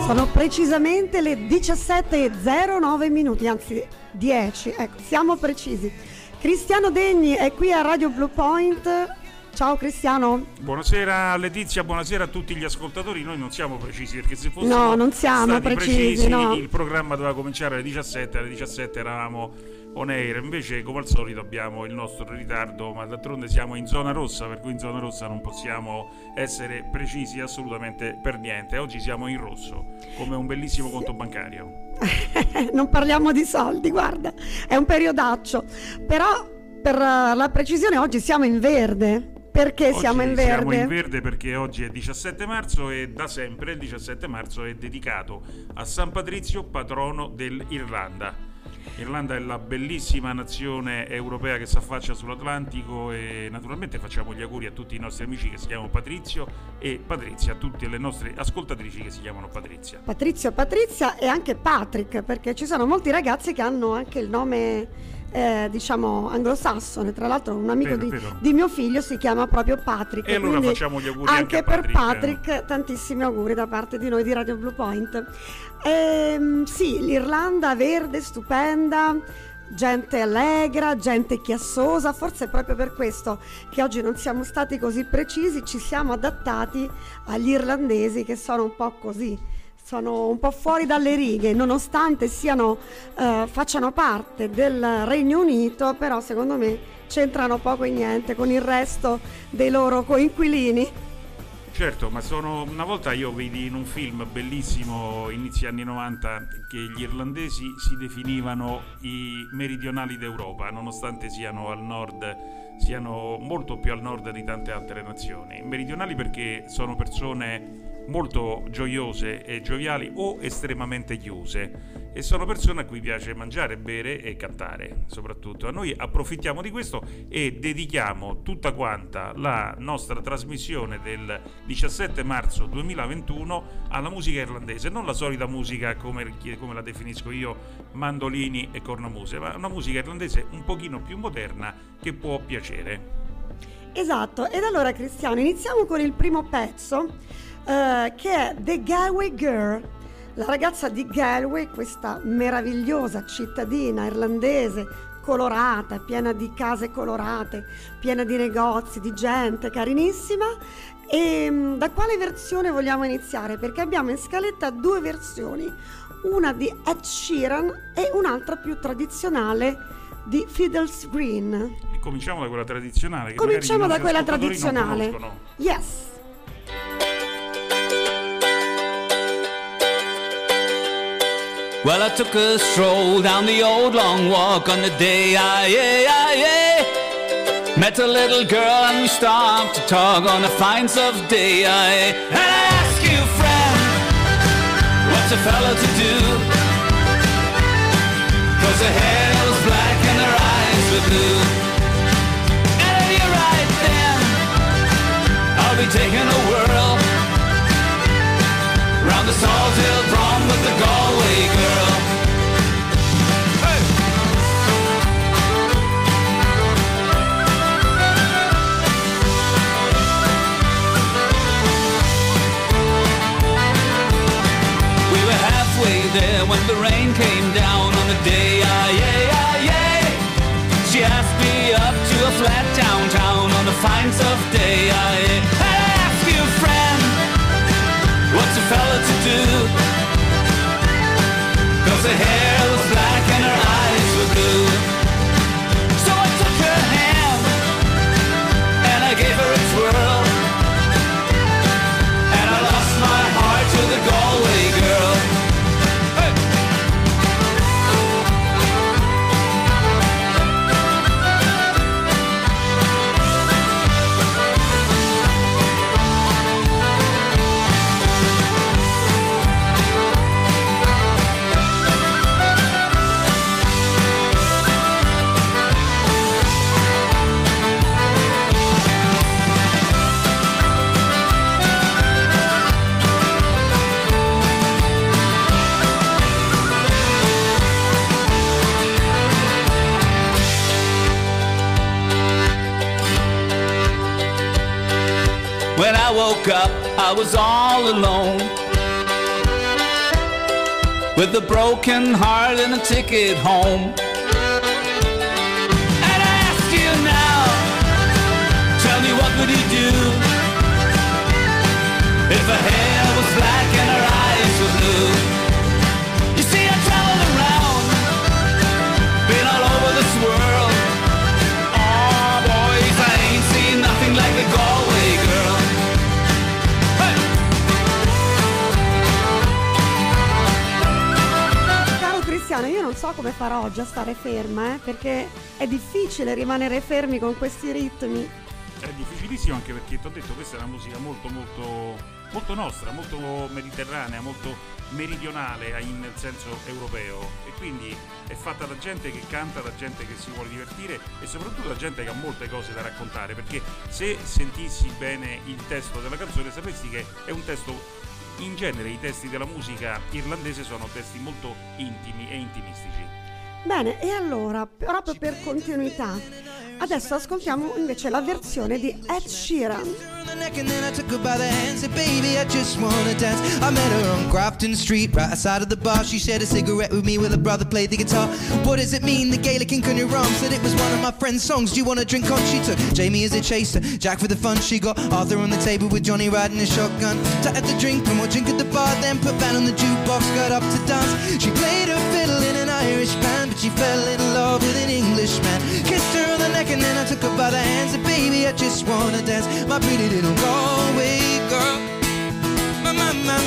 Sono precisamente le 17:09 minuti, anzi 10, ecco, siamo precisi. Cristiano Degni è qui a Radio Blue Point. Ciao Cristiano. Buonasera Letizia, buonasera a tutti gli ascoltatori. Noi non siamo precisi perché se fossimo no, non siamo precisi no. Il programma doveva cominciare alle 17, alle 17 eravamo on air, invece come al solito abbiamo il nostro ritardo, ma d'altronde siamo in zona rossa, per cui in zona rossa non possiamo essere precisi assolutamente per niente. Oggi siamo in rosso, come un bellissimo conto bancario. Non parliamo di soldi, guarda, è un periodaccio, però per la precisione oggi siamo in verde. Perché oggi siamo in verde? Siamo in verde perché oggi è 17 marzo e da sempre il 17 marzo è dedicato a San Patrizio, patrono dell'Irlanda. L'Irlanda è la bellissima nazione europea che si affaccia sull'Atlantico e naturalmente facciamo gli auguri a tutti i nostri amici che si chiamano Patrizio e Patrizia, a tutte le nostre ascoltatrici che si chiamano Patrizia. Patrizia e anche Patrick, perché ci sono molti ragazzi che hanno anche il nome diciamo anglosassone. Tra l'altro un amico di mio figlio si chiama proprio Patrick, e allora facciamo gli auguri anche a per Patrick. Tantissimi auguri da parte di noi di Radio Blue Point. Sì, l'Irlanda verde, stupenda, gente allegra, gente chiassosa, forse è proprio per questo che oggi non siamo stati così precisi, ci siamo adattati agli irlandesi che sono un po' così, sono un po' fuori dalle righe, nonostante facciano parte del Regno Unito, però secondo me c'entrano poco e niente con il resto dei loro coinquilini. Certo, ma una volta io vidi in un film bellissimo, inizi anni 90, che gli irlandesi si definivano i meridionali d'Europa, nonostante siano al nord, siano molto più al nord di tante altre nazioni. Meridionali perché sono persone molto gioiose e gioviali o estremamente chiuse, e sono persone a cui piace mangiare, bere e cantare soprattutto. A noi approfittiamo di questo e dedichiamo tutta quanta la nostra trasmissione del 17 marzo 2021 alla musica irlandese, non la solita musica come la definisco io, mandolini e cornamuse, ma una musica irlandese un pochino più moderna che può piacere. Esatto, ed allora Cristiano iniziamo con il primo pezzo che è The Galway Girl, la ragazza di Galway, questa meravigliosa cittadina irlandese colorata, piena di case colorate, piena di negozi, di gente carinissima. E da quale versione vogliamo iniziare? Perché abbiamo in scaletta due versioni, una di Ed Sheeran e un'altra più tradizionale di Fiddles Green. Cominciamo da quella tradizionale. Cominciamo da quella tradizionale. Yes. Well, I took a stroll down the old long walk on the day I met a little girl and we stopped to talk on a fine soft day And I ask you, friend, what's a fella to do? 'Cause her hair was black and her eyes were blue. And you're right then, I'll be taking a whirl round the Salt Hill Prom with the Galway girl. Hey! We were halfway there when the rain came down on the day she asked me up to a flat downtown on a fine soft day I ask you, friend, what's a fella to do? 'Cause her hair was black and her eyes were blue. So I took her hand and I gave her a twirl, and I lost my heart to the Galway girl. Hey! When I woke up, I was all alone. with a broken heart and a ticket home. And I ask you now, tell me what would you do if her hair was black and her eyes were blue? You see, I traveled around, been all over this world. Oh boys, I ain't seen nothing like the Galway girl. Hey! Caro Cristiano, io non so come farò oggi a stare ferma, perché è difficile rimanere fermi con questi ritmi. È difficilissimo, anche perché ti ho detto, questa è una musica molto nostra, molto mediterranea, molto meridionale nel senso europeo, e quindi è fatta da gente che canta, da gente che si vuole divertire e soprattutto da gente che ha molte cose da raccontare, perché se sentissi bene il testo della canzone sapresti che è un testo, in genere i testi della musica irlandese sono testi molto intimi e intimistici. Bene, e allora, proprio per continuità, adesso ascoltiamo invece la versione di Ed Sheeran. And then I took her by the hand, said, baby, I just wanna dance. I met her on Grafton Street, right outside of the bar. She shared a cigarette with me while her brother played the guitar. What does it mean, the Gaelic ink on your arm? Said it was one of my friend's songs, do you wanna drink on? She took Jamie as a chaser, Jack for the fun. She got Arthur on the table with Johnny riding a shotgun. Sat at the drink, and more drink at the bar, then put Van on the jukebox, got up to dance. She played her fiddle in an Irish band, but she fell in love with an Englishman. Kissed her on the neck and then I took her by the hand, said, baby, I just wanna dance. My pretty little Galway girl, my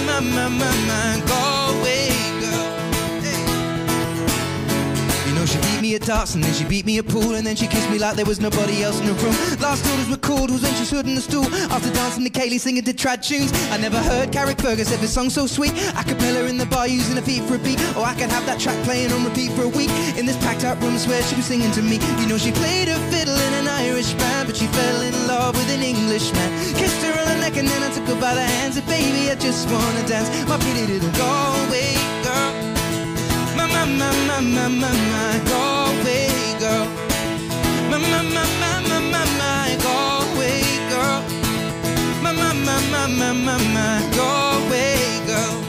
Galway girl. Hey. You know she beat me at darts and then she beat me at pool, and then she kissed me like there was nobody else in the room. Last orders were called was when she stood on the stool after dancing to Kaylee singing to trad tunes. I never heard Carrick Fergus ever sung so sweet. A cappella in the bar using a feet for a beat, or I could have that track playing on repeat for a week. In this packed out room I swear she was singing to me. You know she played her fiddle in an Irish band, but she fell in love with an Englishman. Kissed her on the neck and then I took her by the hand, said, baby, I just wanna dance. My pretty little Galway girl, my Galway girl, my Galway girl, my Galway girl.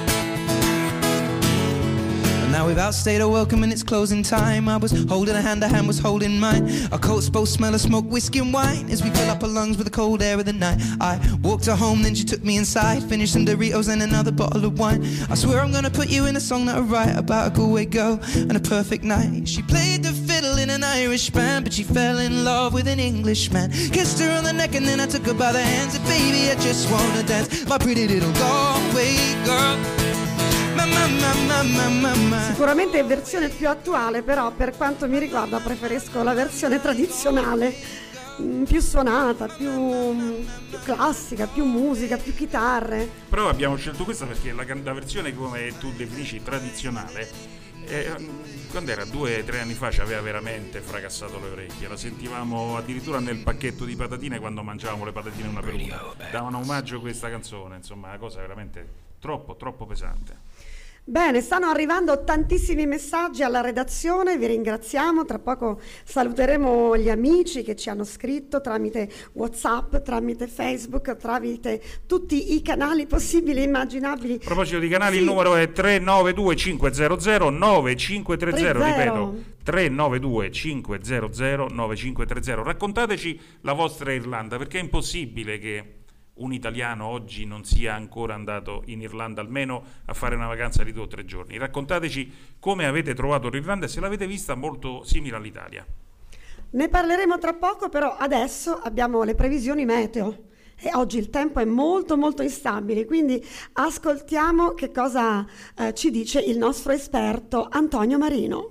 Now we've outstayed our welcome and it's closing time. I was holding a hand was holding mine. Our coats both smell of smoke, whiskey and wine as we fill up our lungs with the cold air of the night. I walked her home, then she took me inside, finished some Doritos and another bottle of wine. I swear I'm gonna put you in a song that I write about a Galway girl and a perfect night. She played the fiddle in an Irish band, but she fell in love with an Englishman. Kissed her on the neck and then I took her by the hand, said, baby, I just wanna dance. My pretty little Galway girl. Sicuramente è versione più attuale, però per quanto mi riguarda preferisco la versione tradizionale, più suonata, più classica, più musica, più chitarre. Però abbiamo scelto questa perché la versione, come tu definisci, tradizionale, quando era 2 o 3 anni fa ci aveva veramente fracassato le orecchie. La sentivamo addirittura nel pacchetto di patatine quando mangiavamo le patatine una per una. Davano omaggio a questa canzone, insomma, una cosa veramente troppo pesante. Bene, stanno arrivando tantissimi messaggi alla redazione, vi ringraziamo, tra poco saluteremo gli amici che ci hanno scritto tramite WhatsApp, tramite Facebook, tramite tutti i canali possibili e immaginabili. A proposito di canali, sì. Il numero è 392 500 9530, ripeto, 392 500 9530. Raccontateci la vostra Irlanda, perché è impossibile che un italiano oggi non sia ancora andato in Irlanda almeno a fare una vacanza di 2 o 3 giorni. Raccontateci come avete trovato l'Irlanda e se l'avete vista molto simile all'Italia. Ne parleremo tra poco, però adesso abbiamo le previsioni meteo e oggi il tempo è molto instabile, quindi ascoltiamo che cosa ci dice il nostro esperto Antonio Marino.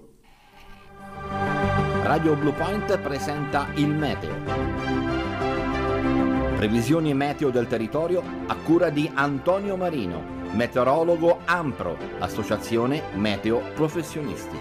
Radio Blue Point presenta il meteo. Previsioni meteo del territorio a cura di Antonio Marino, meteorologo AMPRO, Associazione Meteo Professionisti.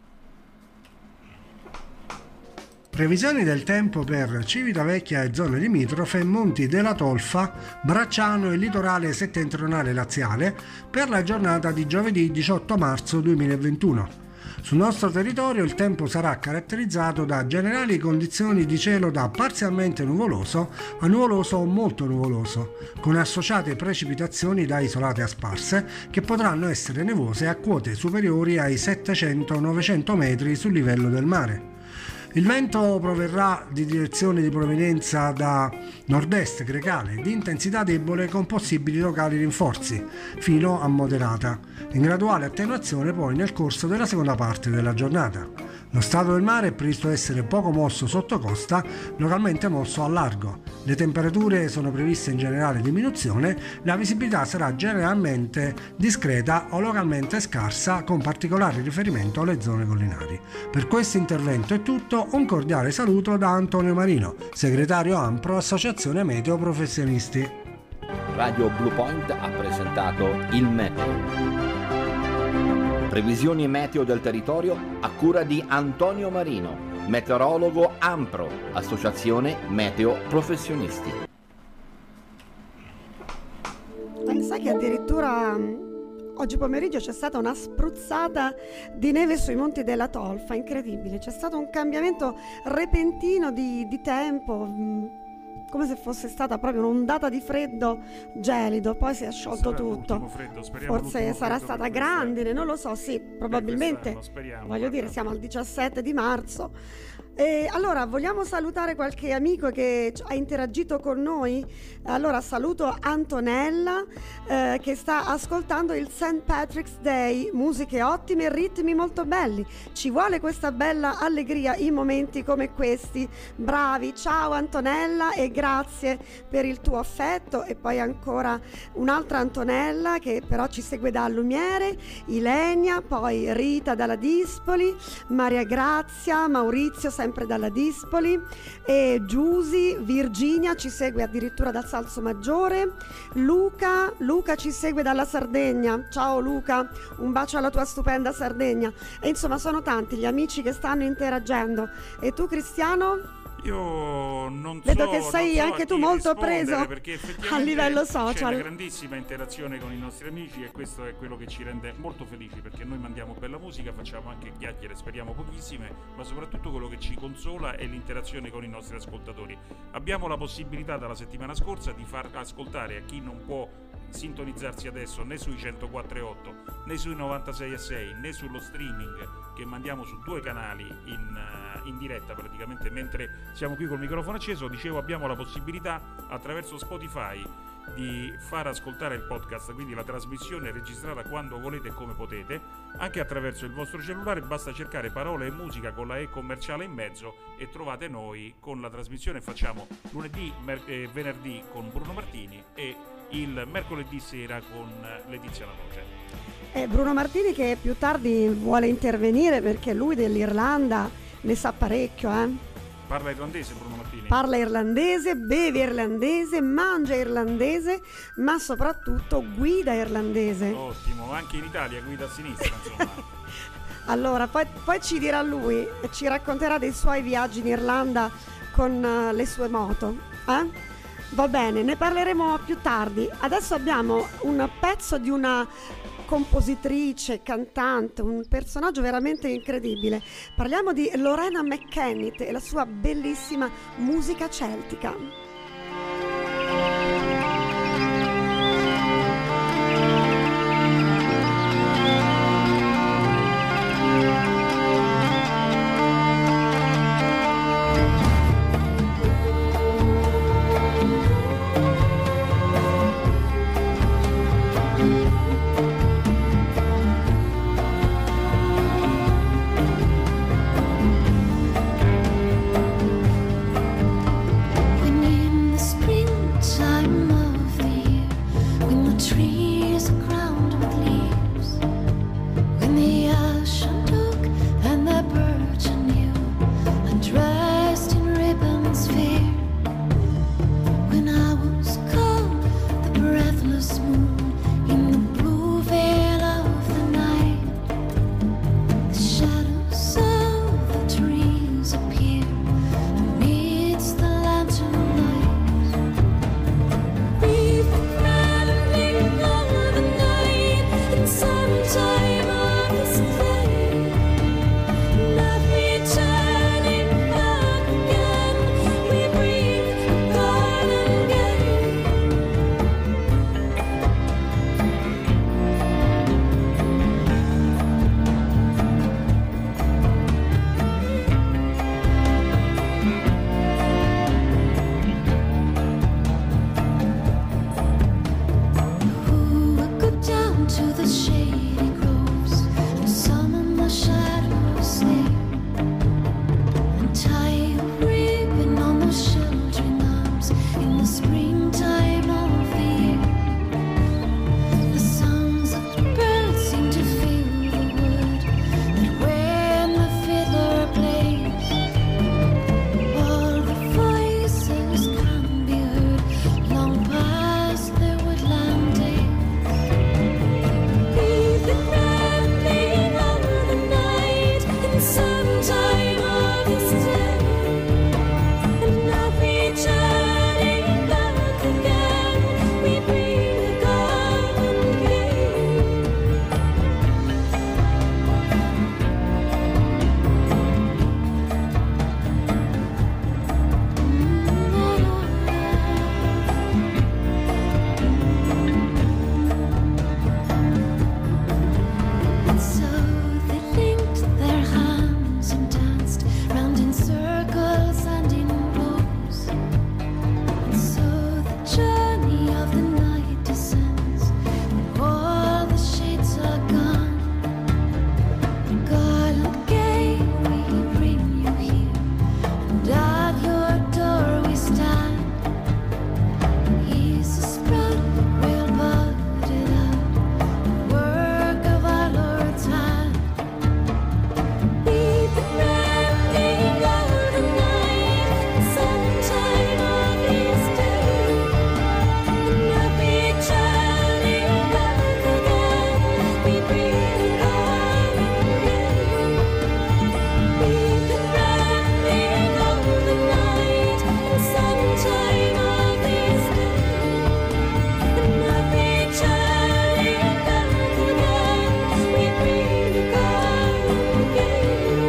Previsioni del tempo per Civitavecchia e zone limitrofe, Monti della Tolfa, Bracciano e litorale settentrionale laziale per la giornata di giovedì 18 marzo 2021. Sul nostro territorio il tempo sarà caratterizzato da generali condizioni di cielo da parzialmente nuvoloso a nuvoloso o molto nuvoloso, con associate precipitazioni da isolate a sparse che potranno essere nevose a quote superiori ai 700-900 metri sul livello del mare. Il vento proverrà di direzione di provenienza da nord-est grecale, di intensità debole con possibili locali rinforzi, fino a moderata, in graduale attenuazione poi nel corso della seconda parte della giornata. Lo stato del mare è previsto essere poco mosso sotto costa, localmente mosso a largo. Le temperature sono previste in generale diminuzione, la visibilità sarà generalmente discreta o localmente scarsa, con particolare riferimento alle zone collinari. Per questo intervento è tutto, un cordiale saluto da Antonio Marino, segretario AMPRO, Associazione Meteo Professionisti. Radio Blue Point ha presentato il Meteo. Previsioni meteo del territorio a cura di Antonio Marino, meteorologo AMPRO, Associazione Meteo Professionisti. Sai che addirittura oggi pomeriggio c'è stata una spruzzata di neve sui monti della Tolfa, incredibile, c'è stato un cambiamento repentino di tempo, come se fosse stata proprio un'ondata di freddo gelido, poi si è sciolto tutto. Freddo, forse sarà stata grandine, non lo so, sì, probabilmente. Voglio dire, siamo al 17 di marzo. E allora vogliamo salutare qualche amico che ha interagito con noi. Allora saluto Antonella che sta ascoltando il St. Patrick's Day, musiche ottime, ritmi molto belli, ci vuole questa bella allegria in momenti come questi, bravi. Ciao Antonella e grazie per il tuo affetto. E poi ancora un'altra Antonella che però ci segue da Lumiere, Ilenia, poi Rita dalla Dispoli, Maria Grazia, Maurizio sempre dalla Dispoli, e Giusy, Virginia ci segue addirittura dal Salsomaggiore, Luca ci segue dalla Sardegna. Ciao Luca, un bacio alla tua stupenda Sardegna. E insomma sono tanti gli amici che stanno interagendo. E tu Cristiano? Io non vedo so, che sei anche tu molto preso a livello social. C'è una grandissima interazione con i nostri amici e questo è quello che ci rende molto felici, perché noi mandiamo bella musica, facciamo anche chiacchiere, speriamo pochissime, ma soprattutto quello che ci consola è l'interazione con i nostri ascoltatori. Abbiamo la possibilità dalla settimana scorsa di far ascoltare a chi non può sintonizzarsi adesso né sui 104.8 né sui 96.6 né sullo streaming che mandiamo su 2 canali in diretta praticamente mentre siamo qui col microfono acceso. Dicevo, abbiamo la possibilità attraverso Spotify di far ascoltare il podcast, quindi la trasmissione è registrata quando volete e come potete, anche attraverso il vostro cellulare. Basta cercare Parole e Musica con la E commerciale in mezzo e trovate noi con la trasmissione. Facciamo lunedì e venerdì con Bruno Martini e il mercoledì sera con Letizia La Voce. Bruno Martini che più tardi vuole intervenire perché lui dell'Irlanda ne sa parecchio, Parla irlandese Bruno Martini? Parla irlandese, beve irlandese, mangia irlandese, ma soprattutto guida irlandese. Ottimo, anche in Italia guida a sinistra, insomma. Allora, poi ci dirà lui e ci racconterà dei suoi viaggi in Irlanda con le sue moto. Va bene, ne parleremo più tardi. Adesso abbiamo un pezzo di una compositrice, cantante, un personaggio veramente incredibile. Parliamo di Lorena McKennitt e la sua bellissima musica celtica. We've been running into the shady groves, and some in the shadows sleep. And tie a ribbon on the children's arms in the springtime of the year. The songs of the birds seem to fill the wood, that when the fiddler plays, all the voices can be heard long past their woodland days. Leave the crowding of the night in some time of this day, and I'll be turning back again. We bring the garland gay. And so they linked their hands and danced round in circles and in rows. And so the journey of the night descends when all the shades are gone. Garland gay, we bring you here, and at your door we stand. He's a sprout well budded out, work of our Lord's hand. Leave the grounding of the night sometime of His day, and I'll be turning back again. We bring the garland gay. Leave the grounding of the night sometime of His day, and I'll be turning back again. We bring the garland gay.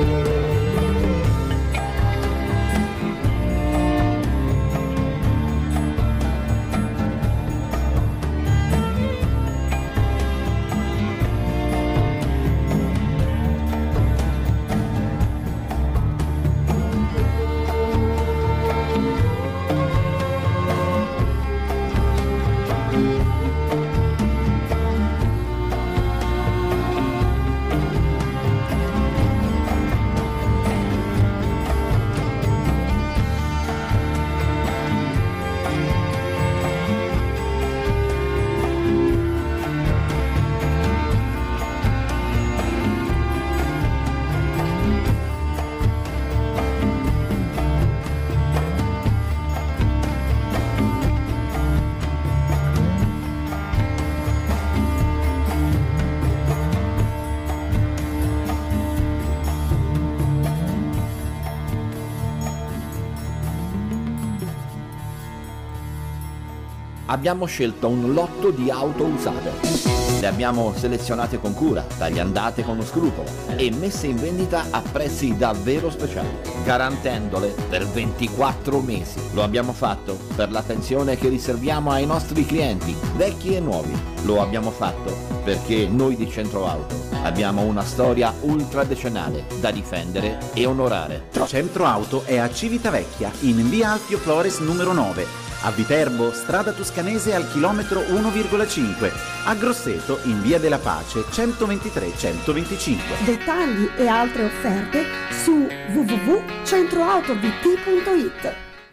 Abbiamo scelto un lotto di auto usate. Le abbiamo selezionate con cura, tagliandate con scrupolo e messe in vendita a prezzi davvero speciali, garantendole per 24 mesi. Lo abbiamo fatto per l'attenzione che riserviamo ai nostri clienti, vecchi e nuovi. Lo abbiamo fatto perché noi di Centro Auto abbiamo una storia ultradecennale da difendere e onorare. Centro Auto è a Civitavecchia, in via Alfio Flores numero 9. A Viterbo, strada toscanese al chilometro 1,5. A Grosseto, in via della Pace 123-125. Dettagli e altre offerte su www.centroautovt.it.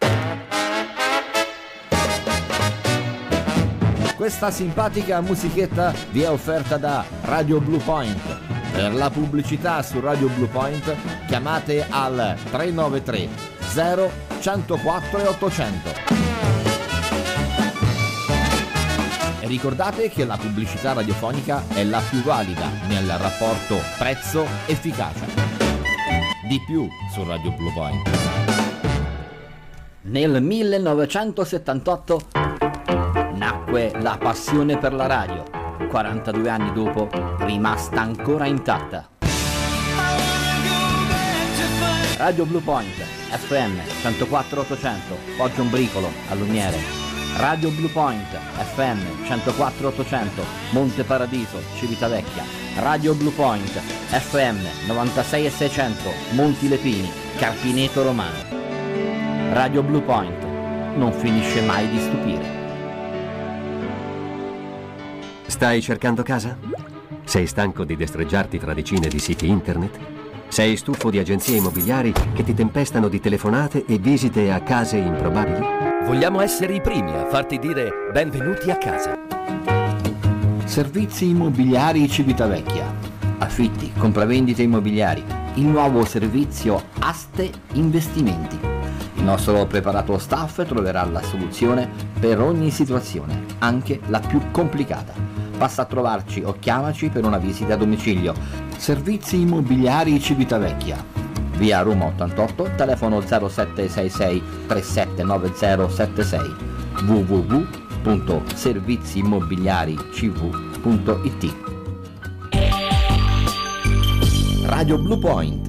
Questa simpatica musichetta vi è offerta da Radio Blue Point. Per la pubblicità su Radio Blue Point chiamate al 393 0 104 e 800. E ricordate che la pubblicità radiofonica è la più valida nel rapporto prezzo-efficacia. Di più su Radio Blue Point. Nel 1978 nacque la passione per la radio, 42 anni dopo rimasta ancora intatta. Radio Blue Point, FM 104-800, Poggio Umbricolo, a Lumiere. Radio Blue Point, FM 104-800, Monte Paradiso, Civitavecchia. Radio Blue Point, FM 96-600, Monti Lepini, Carpineto Romano. Radio Blue Point non finisce mai di stupire. Stai cercando casa? Sei stanco di destreggiarti tra decine di siti internet? Sei stufo di agenzie immobiliari che ti tempestano di telefonate e visite a case improbabili? Vogliamo essere i primi a farti dire benvenuti a casa. Servizi immobiliari Civitavecchia. Affitti, compravendite immobiliari. Il nuovo servizio Aste Investimenti. Il nostro preparato staff troverà la soluzione per ogni situazione, anche la più complicata. Passa a trovarci o chiamaci per una visita a domicilio. Servizi immobiliari Civitavecchia. Via Roma 88, telefono 0766 379076. www.serviziimmobiliaricv.it. Radio Blue Point.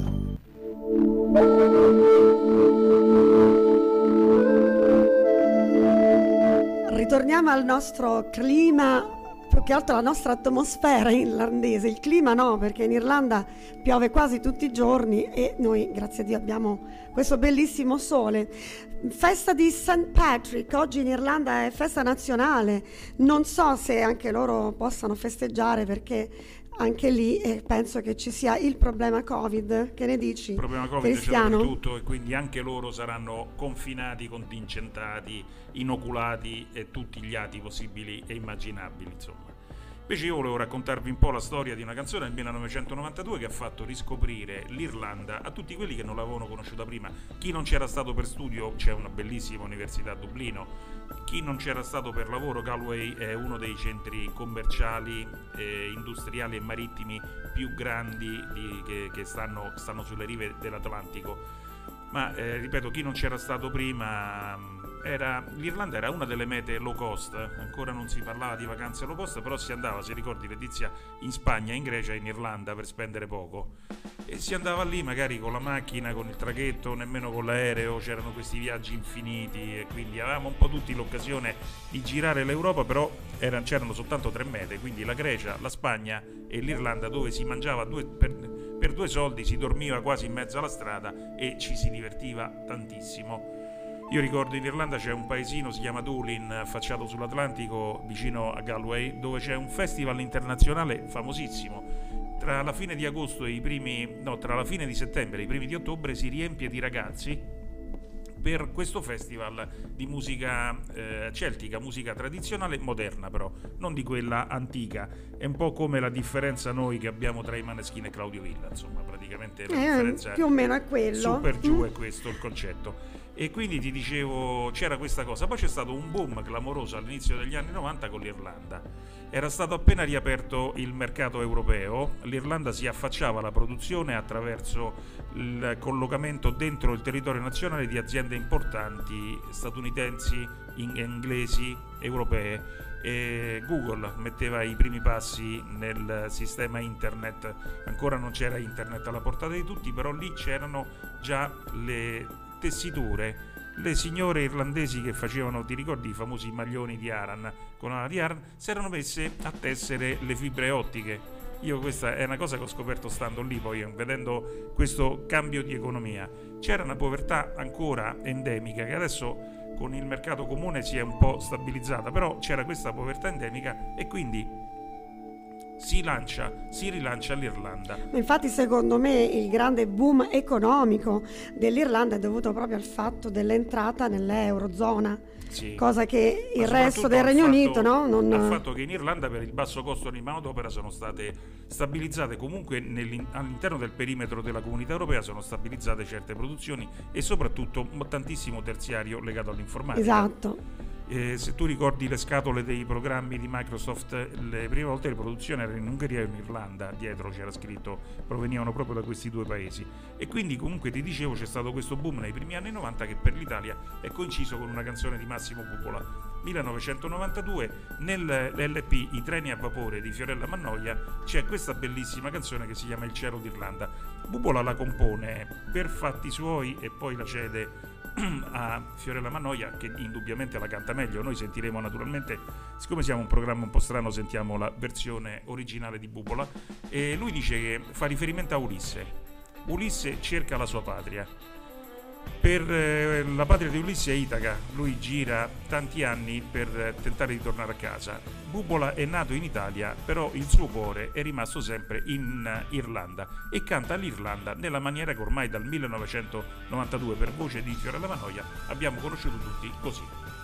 Ritorniamo al nostro clima, più che altro la nostra atmosfera irlandese. Il clima no, perché in Irlanda piove quasi tutti i giorni e noi, grazie a Dio, abbiamo questo bellissimo sole. Festa di St. Patrick, oggi in Irlanda è festa nazionale. Non so se anche loro possano festeggiare, perché anche lì penso che ci sia il problema Covid. Che ne dici? Il problema Covid c'è Cristiano? dappertutto, e quindi anche loro saranno confinati, contingentati, inoculati e tutti gli atti possibili e immaginabili, insomma. Invece io volevo raccontarvi un po' la storia di una canzone del 1992 che ha fatto riscoprire l'Irlanda a tutti quelli che non l'avevano conosciuta prima. Chi non c'era stato per studio, c'è una bellissima università a Dublino. Chi non c'era stato per lavoro, Galway è uno dei centri commerciali, industriali e marittimi più grandi che stanno sulle rive dell'Atlantico. Ma ripeto, chi non c'era stato prima, l'Irlanda era una delle mete low cost. Ancora non si parlava di vacanze low cost, però si andava, se ricordi Letizia, in Spagna, in Grecia e in Irlanda per spendere poco, e si andava lì magari con la macchina, con il traghetto, nemmeno con l'aereo. C'erano questi viaggi infiniti e quindi avevamo un po' tutti l'occasione di girare l'Europa, però c'erano soltanto 3 mete, quindi la Grecia, la Spagna e l'Irlanda, dove si mangiava per 2 soldi, si dormiva quasi in mezzo alla strada e ci si divertiva tantissimo. Io ricordo in Irlanda c'è un paesino, si chiama Doolin, affacciato sull'Atlantico vicino a Galway, dove c'è un festival internazionale famosissimo. Tra la fine di agosto e tra la fine di settembre e i primi di ottobre si riempie di ragazzi per questo festival di musica celtica, musica tradizionale moderna, però non di quella antica. È un po' come la differenza noi che abbiamo tra i Maneskin e Claudio Villa, insomma, praticamente la differenza più o meno è quello. Su per giù è questo il concetto. E quindi ti dicevo, c'era questa cosa. Poi c'è stato un boom clamoroso all'inizio degli anni 90 con l'Irlanda. Era stato appena riaperto il mercato europeo, l'Irlanda si affacciava alla produzione attraverso il collocamento dentro il territorio nazionale di aziende importanti statunitensi, inglesi, europee. E Google metteva i primi passi nel sistema internet. Ancora non c'era internet alla portata di tutti, però lì c'erano già le tessiture. Le signore irlandesi che facevano, ti ricordi i famosi maglioni di Aran, con la di Aran, si erano messe a tessere le fibre ottiche. Io questa è una cosa che ho scoperto stando lì, poi vedendo questo cambio di economia. C'era una povertà ancora endemica che adesso con il mercato comune si è un po' stabilizzata, però c'era questa povertà endemica e quindi si rilancia l'Irlanda. Infatti secondo me il grande boom economico dell'Irlanda è dovuto proprio al fatto dell'entrata nell'Eurozona, sì, cosa che il resto del Regno Unito al fatto che in Irlanda per il basso costo di manodopera sono state stabilizzate, comunque all'interno del perimetro della comunità europea sono stabilizzate certe produzioni e soprattutto tantissimo terziario legato all'informatica. Esatto. Se tu ricordi le scatole dei programmi di Microsoft, le prime volte le produzioni erano in Ungheria e in Irlanda, dietro c'era scritto, provenivano proprio da questi 2 paesi, e quindi comunque ti dicevo c'è stato questo boom nei primi anni 90 che per l'Italia è coinciso con una canzone di Massimo Bubola. 1992 nell'LP I treni a vapore di Fiorella Mannoia c'è questa bellissima canzone che si chiama Il cielo d'Irlanda. Bubola la compone per fatti suoi e poi la cede a Fiorella Mannoia, che indubbiamente la canta meglio. Noi sentiremo naturalmente, siccome siamo un programma un po' strano, sentiamo la versione originale di Bubola, e lui dice che fa riferimento a Ulisse cerca la sua patria. Per la patria di Ulisse è Itaca, lui gira tanti anni per tentare di tornare a casa. Bubola è nato in Italia, però il suo cuore è rimasto sempre in Irlanda e canta l'Irlanda nella maniera che ormai dal 1992 per voce di Fiorella Mannoia abbiamo conosciuto tutti così.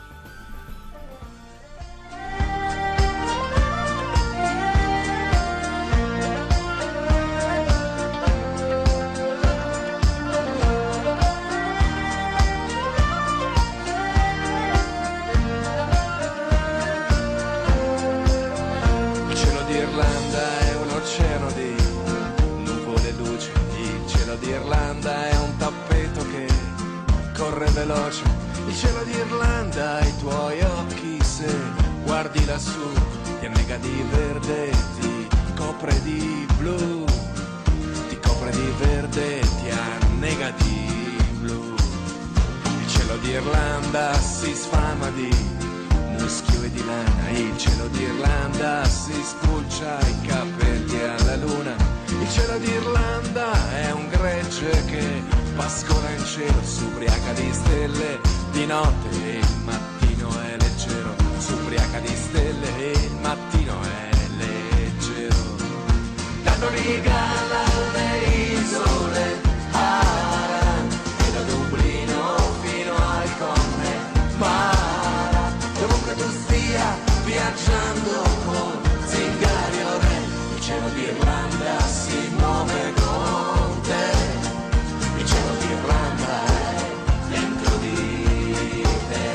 Irlanda è un tappeto che corre veloce, il cielo d'Irlanda, i tuoi occhi se guardi lassù, ti annega di verde, ti copre di blu, ti copre di verde, ti annega di blu. Il cielo d'Irlanda si sfama di muschio e di lana, il cielo d'Irlanda si spulcia i capelli alla luna. Il cielo d'Irlanda è un gregge che pascola in cielo, s'ubriaca di stelle di notte e il mattino è leggero, s'ubriaca di stelle e il mattino è leggero. Dando rigala alle isole Aran e da Dublino fino al Connemara, dovunque tu stia viaggiando con Zingario Re, il cielo d'Irlanda si muove con te, il cielo d'Irlanda è dentro di te.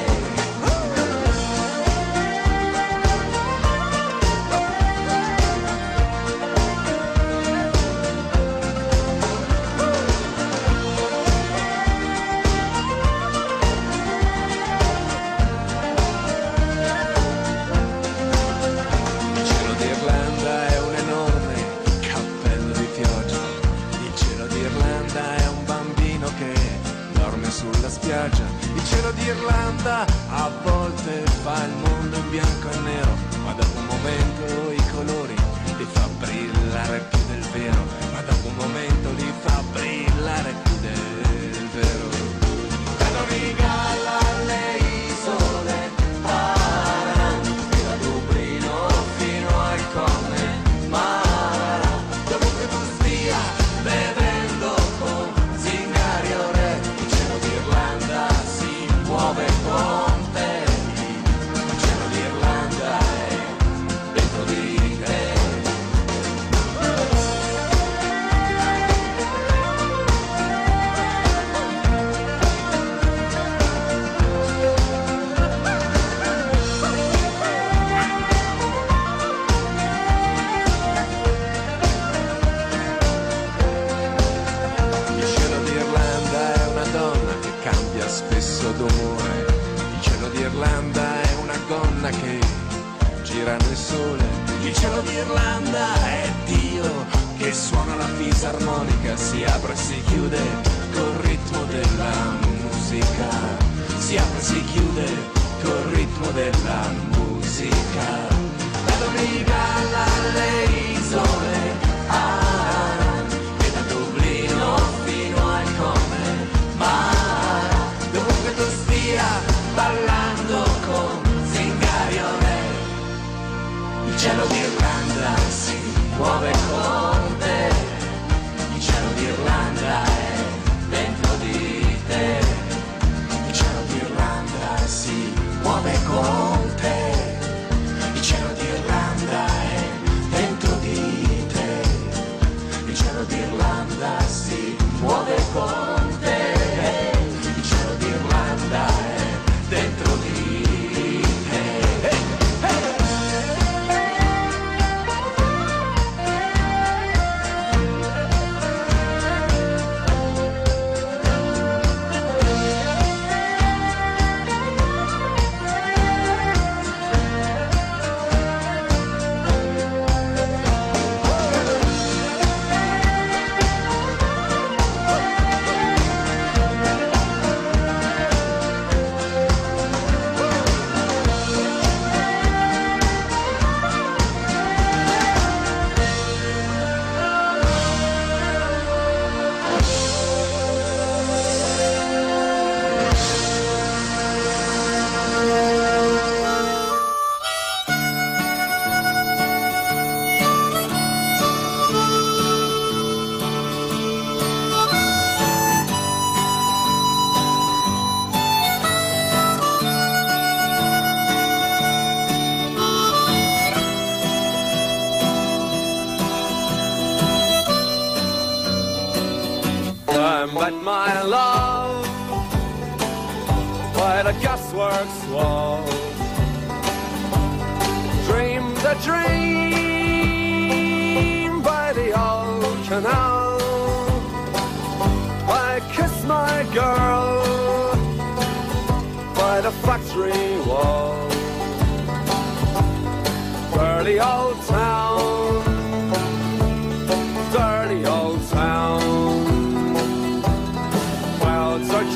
Il cielo d'Irlanda è un enorme cappello di pioggia, il cielo d'Irlanda è un bambino che dorme sulla spiaggia, il cielo d'Irlanda a volte fa il mondo in bianco e nero, ma dopo un momento i colori li fa brillare più del vero, ma dopo un momento li fa brillare più del vero. Quando regala le isole Aran e da Dublino fino al Connemara, dovunque tu stia bevendo con Zingario Re, il cielo d'Irlanda si muove con te, il cielo d'Irlanda è dentro di te. Il cielo d'Irlanda è una donna che cambia spesso d'umore, il cielo d'Irlanda è una gonna che gira nel sole, il cielo d'Irlanda è Dio che suona la fisarmonica, si apre e si chiude col ritmo della musica, si apre e si chiude col ritmo della musica. La Dominicana alle isole Aran e da Dublino fino al Connemara, dovunque tu stia ballando con Zingario Re, il cielo d'Irlanda si muove con te, il cielo d'Irlanda è dentro di te, il cielo d'Irlanda si muove con te, il cielo d'Irlanda è dentro di te, il cielo d'Irlanda si muove con te, il cielo d'Irlanda è dentro di te. my love by the gasworks wall. Dreamed a dream by the old canal. I kissed my girl by the factory wall. Dirty old town, dirty old town. Clouds are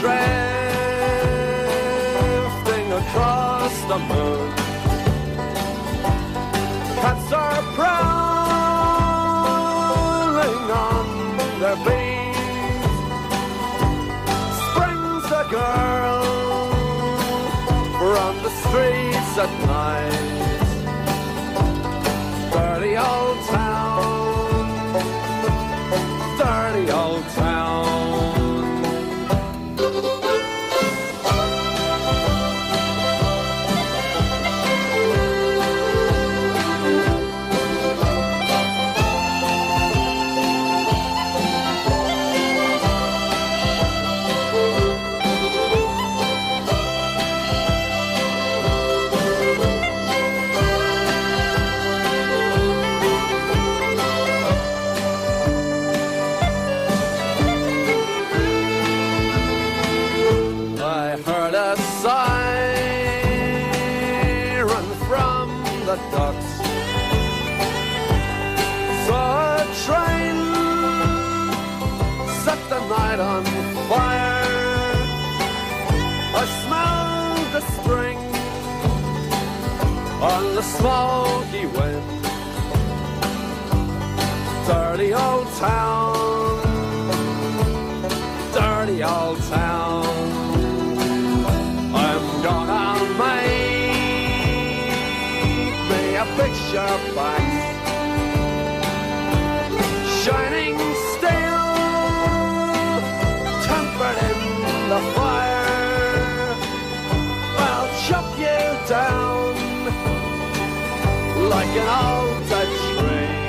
drifting across the moon. Cats are prowling on their beat. Springs a girl from the streets at night. Dirty old town, dirty old town. On fire, I smelled the spring on the smoky wind. Dirty old town, dirty old town. I'm gonna make me a picture back, shining in the fire. I'll chop you down like an old tree.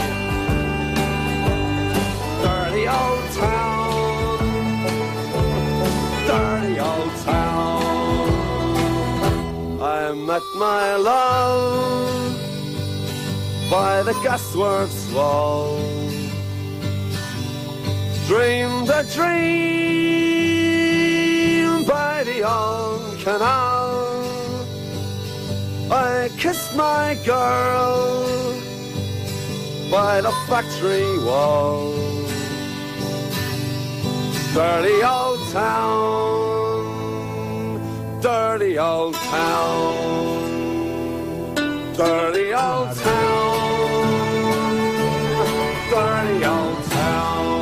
Dirty old town, dirty old town. I met my love by the gasworks wall. Dreamed a dream by the old canal. I kissed my girl by the factory wall. Dirty old town, dirty old town, dirty old town, dirty old town.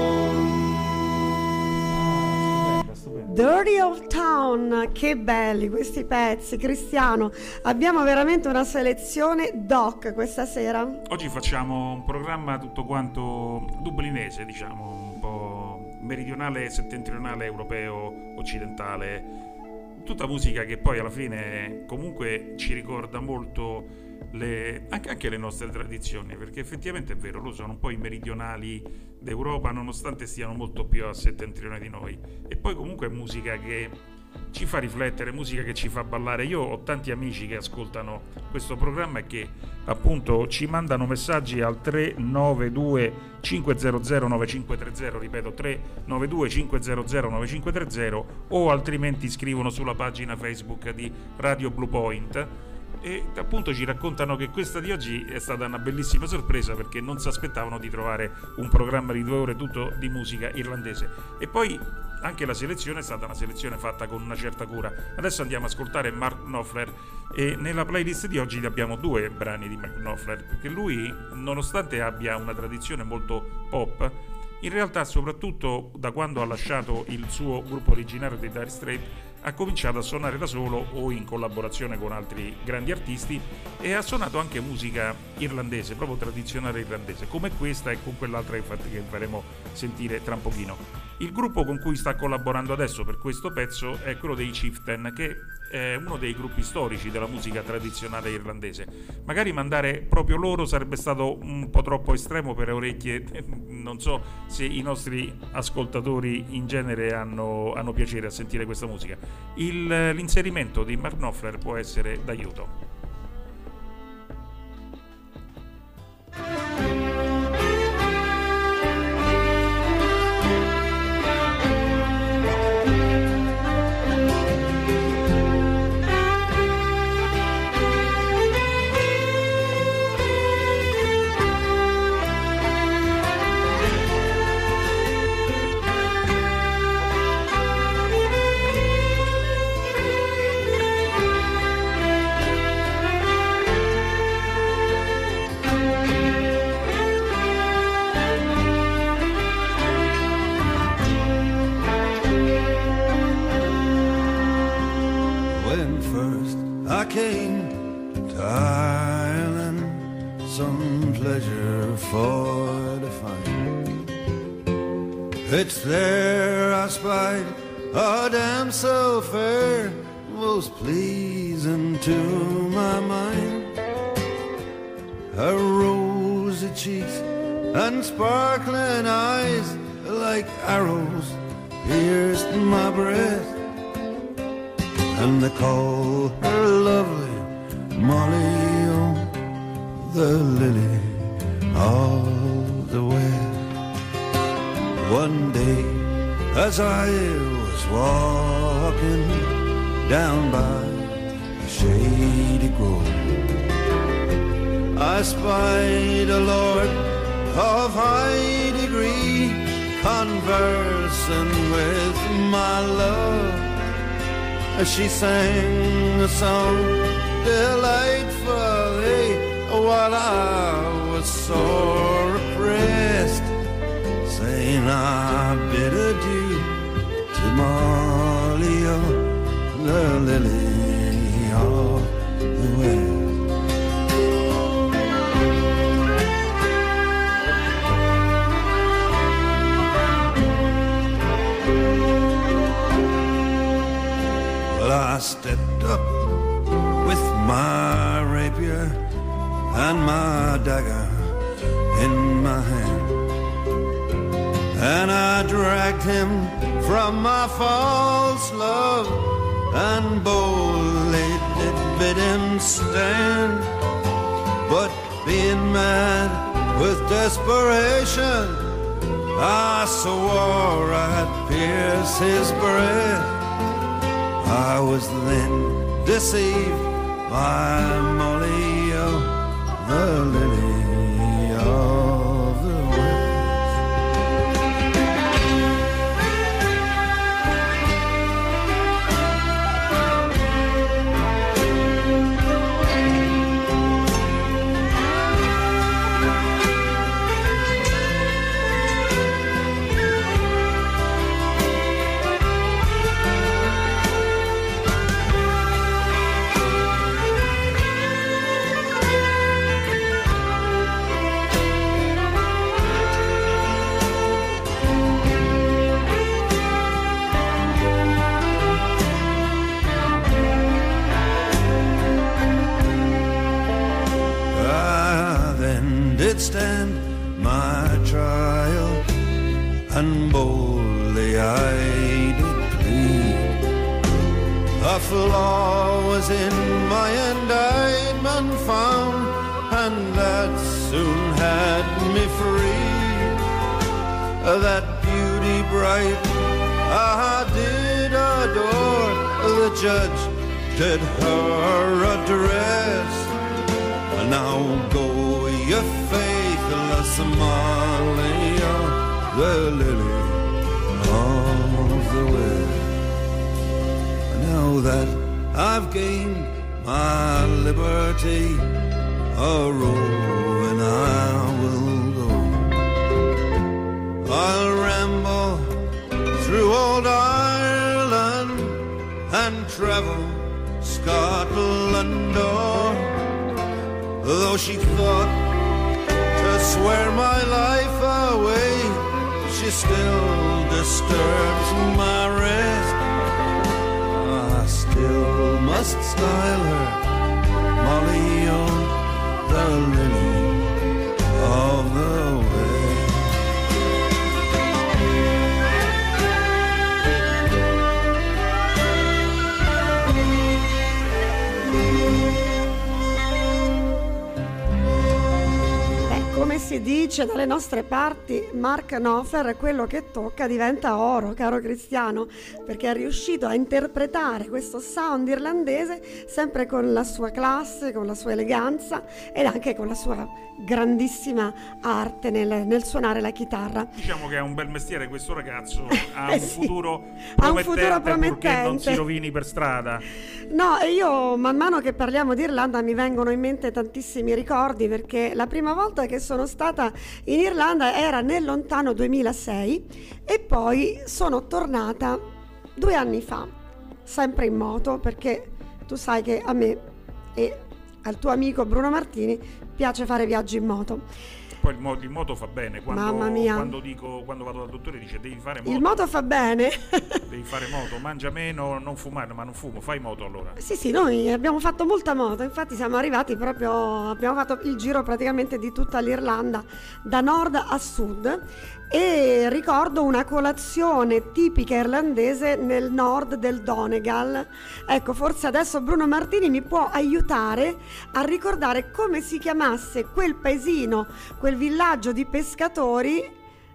Dirty Old Town, che belli questi pezzi, Cristiano. Abbiamo veramente una selezione doc questa sera. Oggi facciamo un programma tutto quanto dublinese, diciamo, un po' meridionale, settentrionale, europeo, occidentale. Tutta musica che poi alla fine comunque ci ricorda molto anche le nostre tradizioni, perché effettivamente è vero, loro sono un po' i meridionali d'Europa nonostante stiano molto più a settentrione di noi, e poi comunque è musica che ci fa riflettere, musica che ci fa ballare. Io ho tanti amici che ascoltano questo programma e che appunto ci mandano messaggi al 392 500 9530, ripeto 392 500 9530, o altrimenti scrivono sulla pagina Facebook di Radio Blue Point. E appunto ci raccontano che questa di oggi è stata una bellissima sorpresa, perché non si aspettavano di trovare un programma di 2 ore tutto di musica irlandese. E poi anche la selezione è stata una selezione fatta con una certa cura. Adesso andiamo ad ascoltare Mark Knopfler, e nella playlist di oggi abbiamo 2 brani di Mark Knopfler, perché lui, nonostante abbia una tradizione molto pop, in realtà soprattutto da quando ha lasciato il suo gruppo originario dei Dire Straits ha cominciato a suonare da solo o in collaborazione con altri grandi artisti, e ha suonato anche musica irlandese, proprio tradizionale irlandese, come questa e con quell'altra che faremo sentire tra un pochino. Il gruppo con cui sta collaborando adesso per questo pezzo è quello dei Chieftain, che uno dei gruppi storici della musica tradizionale irlandese. Magari mandare proprio loro sarebbe stato un po' troppo estremo per orecchie, non so se i nostri ascoltatori in genere hanno piacere a sentire questa musica. L'inserimento di Mark Knopfler può essere d'aiuto. It's there I spied a damsel fair, most pleasing to my mind. Her rosy cheeks and sparkling eyes, like arrows, pierced my breast. And they call her lovely Molly, oh, the lily of the West. One day, as I was walking down by a shady grove, I spied a lord of high degree conversing with my love. She sang a song delightfully while I was sore oppressed, saying I bid adieu to Molly, oh, the lily of the West. Well, I stepped up with my rapier and my dagger in my hand, and I dragged him from my false love and boldly did bid him stand. But being mad with desperation, I swore I'd pierce his breast. I was then deceived by Molly, oh, the lily of the West. Stand my trial, and boldly I did plead. A flaw was in my indictment found, and that soon had me free. That beauty bright I did adore, the judge did her address. Now go your faithless Molly, oh, the lily of the West. Now that I've gained my liberty, a roving I will go. I'll ramble through old Ireland and travel Scotland, oh, though she thought to swear my life away, she still disturbs my rest. I still must style her Molly, oh, the lily of the way. Come si dice dalle nostre parti, Mark Knopfler, quello che tocca diventa oro, caro Cristiano, perché è riuscito a interpretare questo sound irlandese sempre con la sua classe, con la sua eleganza ed anche con la sua grandissima arte nel suonare la chitarra. Diciamo che è un bel mestiere questo ragazzo, ha un sì, futuro ha un futuro promettente, purché non si rovini per strada. No, e io man mano che parliamo di Irlanda mi vengono in mente tantissimi ricordi, perché la prima volta che sono stata in Irlanda era nel lontano 2006 e poi sono tornata 2 anni fa, sempre in moto, perché tu sai che a me e al tuo amico Bruno Martini piace fare viaggi in moto. Poi il moto fa bene, Mamma mia. quando vado dal dottore dice devi fare moto. Il moto fa bene. Devi fare moto, mangia meno, non fumare, ma non fumo, fai moto allora. Sì, noi abbiamo fatto molta moto, infatti siamo arrivati proprio, abbiamo fatto il giro praticamente di tutta l'Irlanda, da nord a sud, e ricordo una colazione tipica irlandese nel nord del Donegal. Ecco, forse adesso Bruno Martini mi può aiutare a ricordare come si chiamasse quel paesino, quel villaggio di pescatori.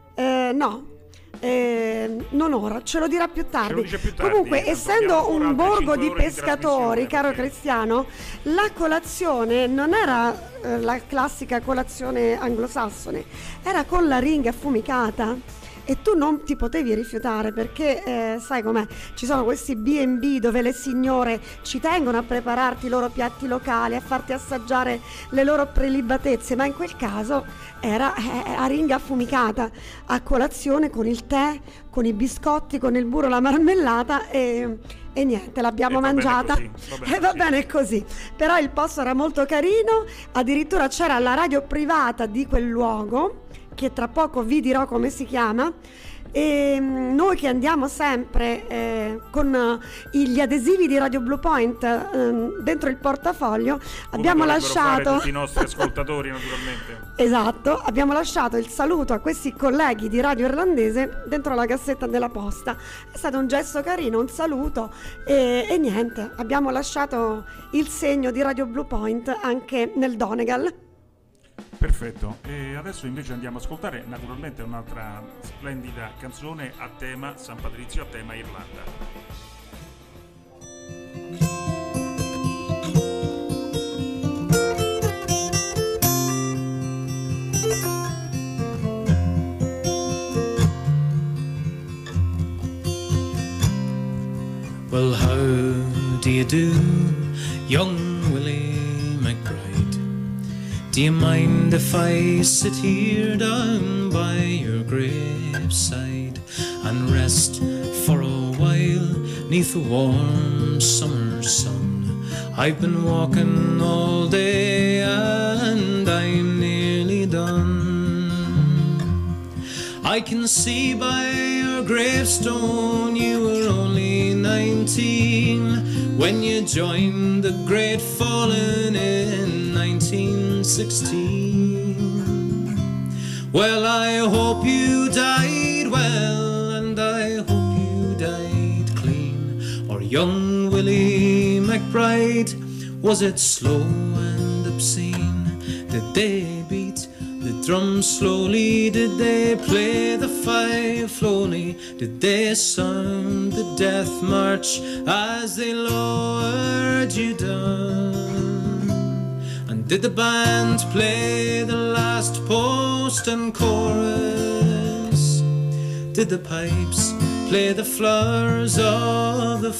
Non ora, ce lo dirà più tardi. Comunque, essendo un borgo di pescatori, caro Cristiano, la colazione non era la classica colazione anglosassone, era con la ringa affumicata. E tu non ti potevi rifiutare, perché sai com'è, ci sono questi B&B dove le signore ci tengono a prepararti i loro piatti locali, a farti assaggiare le loro prelibatezze, ma in quel caso era a ringa affumicata a colazione, con il tè, con i biscotti, con il burro, la marmellata e niente, l'abbiamo mangiata e va bene così. Però il posto era molto carino, addirittura c'era la radio privata di quel luogo, che tra poco vi dirò come si chiama, e noi che andiamo sempre con gli adesivi di Radio Blue Point dentro il portafoglio, abbiamo lasciato fare tutti i nostri ascoltatori naturalmente. Esatto, abbiamo lasciato il saluto a questi colleghi di Radio Irlandese dentro la cassetta della posta. È stato un gesto carino, un saluto e niente, abbiamo lasciato il segno di Radio Blue Point anche nel Donegal. Perfetto, e adesso invece andiamo a ascoltare naturalmente un'altra splendida canzone a tema San Patrizio, a tema Irlanda. Well, how do you do, young Willie McBride? Do you mind if I sit here down by your graveside and rest for a while 'neath the warm summer sun? I've been walking all day and I'm nearly done. I can see by your gravestone you were only 19 when you joined the Great Fallen in 1916. Well, I hope you died well, and I hope you died clean. Or young Willie McBride, was it slow and obscene? Did they beat the drum slowly? Did they play the fife slowly? Did they sound the death march as they lowered you down? And did the band play the last post and chorus? Did the pipes play the flowers of the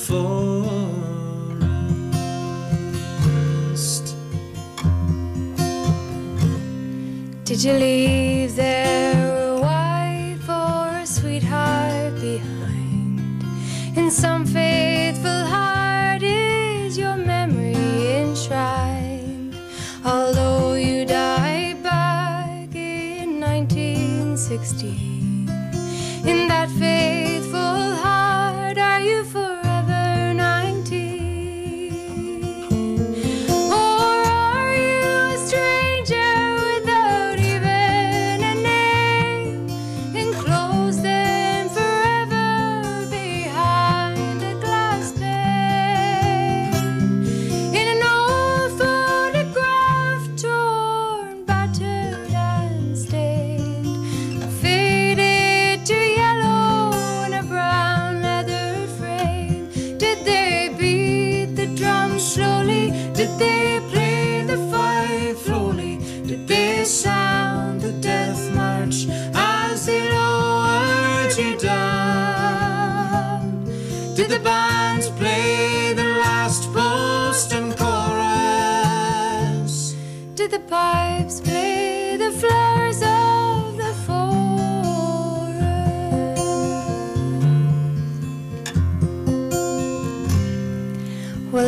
forest? Did you leave there a wife or a sweetheart behind? In some faithful heart is your memory enshrined, although you died back in 1916. In that faithful heart are you forever 19?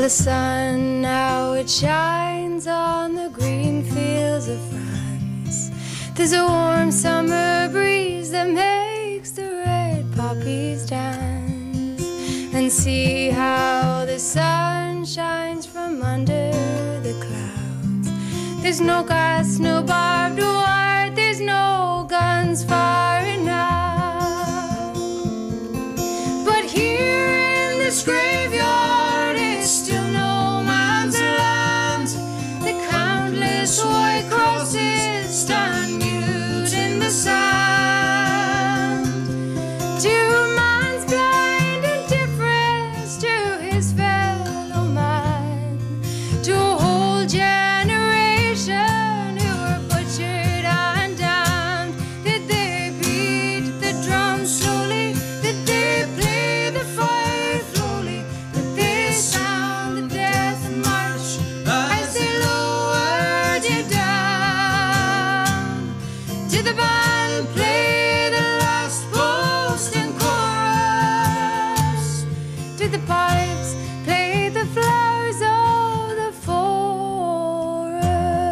the sun now it shines on the green fields of France. There's a warm summer breeze that makes the red poppies dance. And see how the sun shines from under the clouds. There's no glass, no barbed wire, there's no guns far enough. But here in this graveyard it's still no man's land. The countless white crosses stand mute in the sand. To man's blind indifference to his fellow man, to a whole generation who were butchered and damned. Did they beat the drum slowly? Did they play the fife slowly? Did they sound the death march as they lowered you down? Did the band play the last post and chorus? Did the pipes play the flowers of the forest?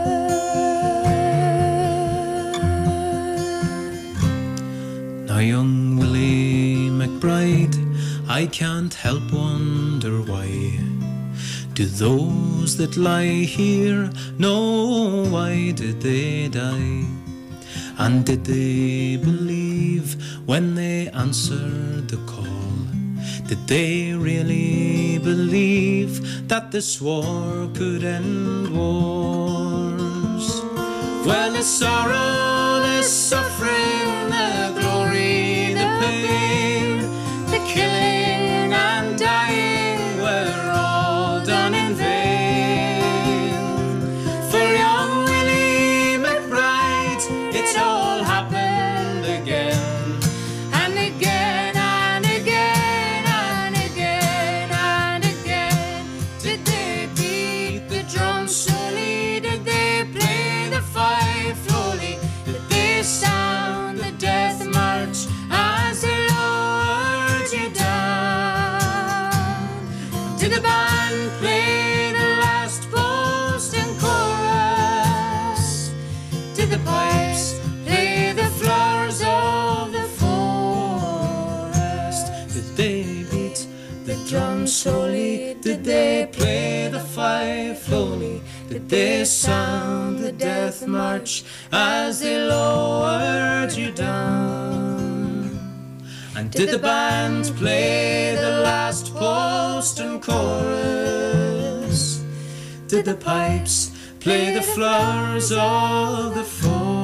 Now, young Willie McBride, I can't help wonder why. Do those that lie here know why did they die? And did they believe when they answered the call? Did they really believe that this war could end wars? Well, the sorrow, the suffering, the glory, the pain, the killing and dying were all done in vain. For young Willie McBride, it all happened again. And again and again and again and again. Did they beat the drum slowly? Did they play the fife slowly? Did they sound the death march as they lowered you down? Did the band play the last post and chorus? Did the pipes play the flowers of the forest? Did they beat the drum slowly? Did they play the fife slowly? Did they sound the death march as they lowered you down? And did the band play the last post and chorus? Did the pipes play the flowers of the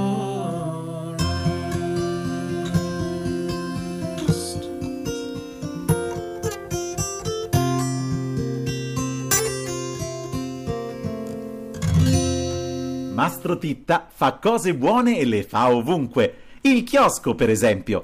forest? Mastro Titta fa cose buone e le fa ovunque. Il chiosco, per esempio.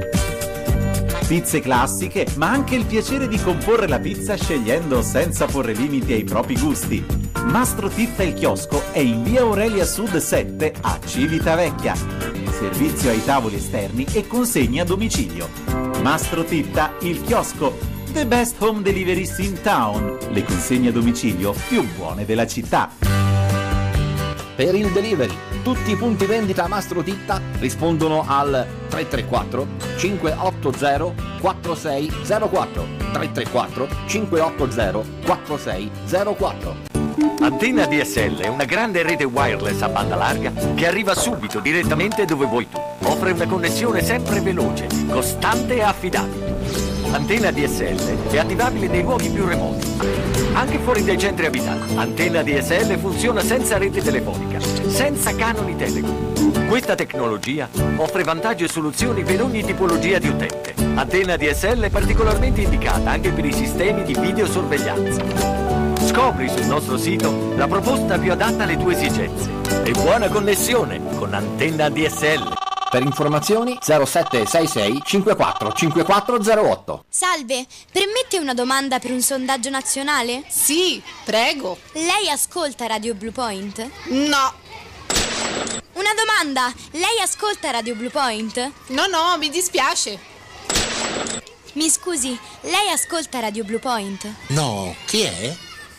Pizze classiche, ma anche il piacere di comporre la pizza scegliendo senza porre limiti ai propri gusti. Mastro Titta il chiosco è in via Aurelia Sud 7 a Civitavecchia. Servizio ai tavoli esterni e consegna a domicilio. Mastro Titta il chiosco. The best home deliveries in town. Le consegne a domicilio più buone della città. Per il delivery, tutti i punti vendita Mastro Titta rispondono al 334 580 4604 334 580 4604. Antenna DSL è una grande rete wireless a banda larga che arriva subito direttamente dove vuoi tu. Offre una connessione sempre veloce, costante e affidabile. Antenna DSL è attivabile nei luoghi più remoti, anche fuori dai centri abitati. Antenna DSL funziona senza rete telefonica, senza canoni Telecom. Questa tecnologia offre vantaggi e soluzioni per ogni tipologia di utente. Antenna DSL è particolarmente indicata anche per i sistemi di videosorveglianza. Scopri sul nostro sito la proposta più adatta alle tue esigenze. E buona connessione con Antenna DSL. Per informazioni 0766 54 5408. Salve, permette una domanda per un sondaggio nazionale? Sì, prego. Lei ascolta Radio Blue Point? No. Una domanda, lei ascolta Radio Blue Point? No, mi dispiace. Mi scusi, lei ascolta Radio Blue Point? No, chi è?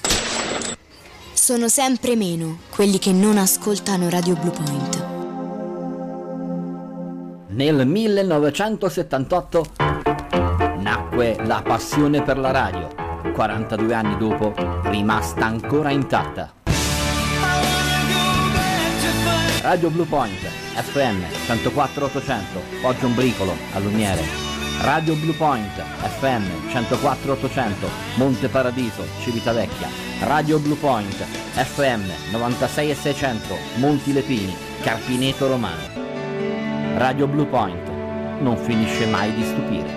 sono sempre meno quelli che non ascoltano Radio Blue Point. Nel 1978 nacque la passione per la radio, 42 anni dopo rimasta ancora intatta. Radio Blue Point, FM 104.800, Poggio Umbricolo, Allumiere. Radio Blue Point, FM 104.800, Monte Paradiso, Civitavecchia. Radio Blue Point, FM 96.600, Monti Lepini, Carpineto Romano. Radio Blue Point non finisce mai di stupire.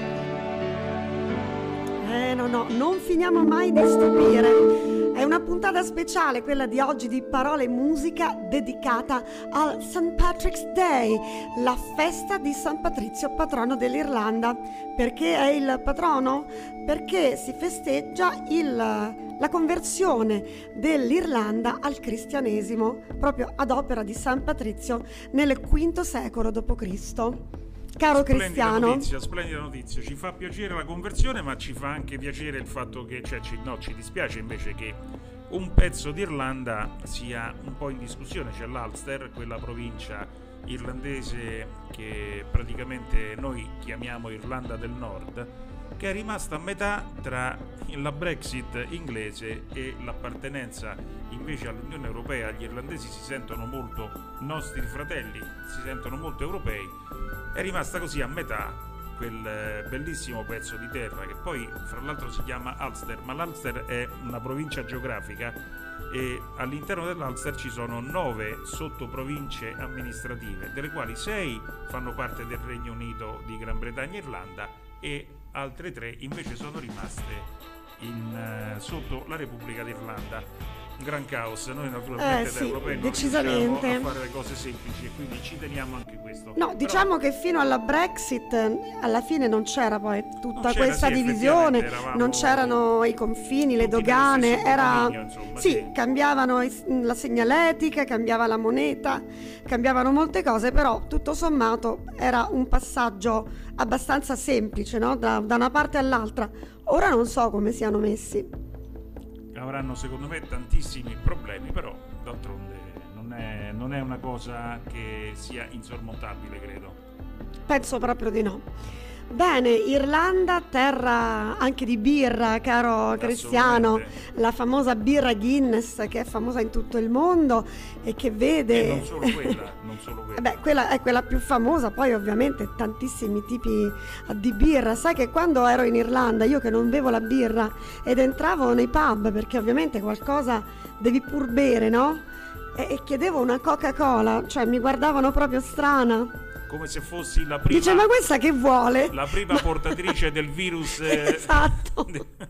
No, non finiamo mai di stupire. È una puntata speciale, quella di oggi, di Parole e Musica, dedicata al St. Patrick's Day, la festa di San Patrizio, patrono dell'Irlanda. Perché è il patrono? Perché si festeggia la conversione dell'Irlanda al cristianesimo, proprio ad opera di San Patrizio nel V secolo d.C. Caro Cristiano, splendida notizia, ci fa piacere la conversione, ma ci fa anche piacere il fatto che, ci dispiace invece che un pezzo d'Irlanda sia un po' in discussione. C'è l'Ulster, quella provincia irlandese che praticamente noi chiamiamo Irlanda del Nord, che è rimasta a metà tra la Brexit inglese e l'appartenenza invece all'Unione Europea. Gli irlandesi si sentono molto nostri fratelli, si sentono molto europei. È rimasta così a metà quel bellissimo pezzo di terra che poi fra l'altro si chiama Ulster, ma l'Ulster è una provincia geografica e all'interno dell'Ulster ci sono 9 sottoprovince amministrative, delle quali 6 fanno parte del Regno Unito di Gran Bretagna e Irlanda e altre 3 invece sono rimaste sotto la Repubblica d'Irlanda. Un gran caos, noi naturalmente da europei non riusciamo a fare le cose semplici e quindi ci teniamo anche questo. No, diciamo che fino alla Brexit alla fine non c'era poi tutta questa divisione, non c'erano i confini, le dogane, cambiavano la segnaletica, cambiava la moneta, cambiavano molte cose, però tutto sommato era un passaggio abbastanza semplice, no? Da una parte all'altra. Ora non so come siano messi. Avranno secondo me tantissimi problemi, però d'altronde non è una cosa che sia insormontabile, credo. Penso proprio di no. Bene, Irlanda, terra anche di birra, caro Cristiano, la famosa birra Guinness che è famosa in tutto il mondo e che vede... E non solo quella. Quella è quella più famosa, poi ovviamente tantissimi tipi di birra. Sai che quando ero in Irlanda, io che non bevo la birra ed entravo nei pub, perché ovviamente qualcosa devi pur bere, no? E chiedevo una Coca-Cola, cioè mi guardavano proprio strana. Come se fossi la prima. Dice, ma questa che vuole? La prima portatrice del virus. Esatto.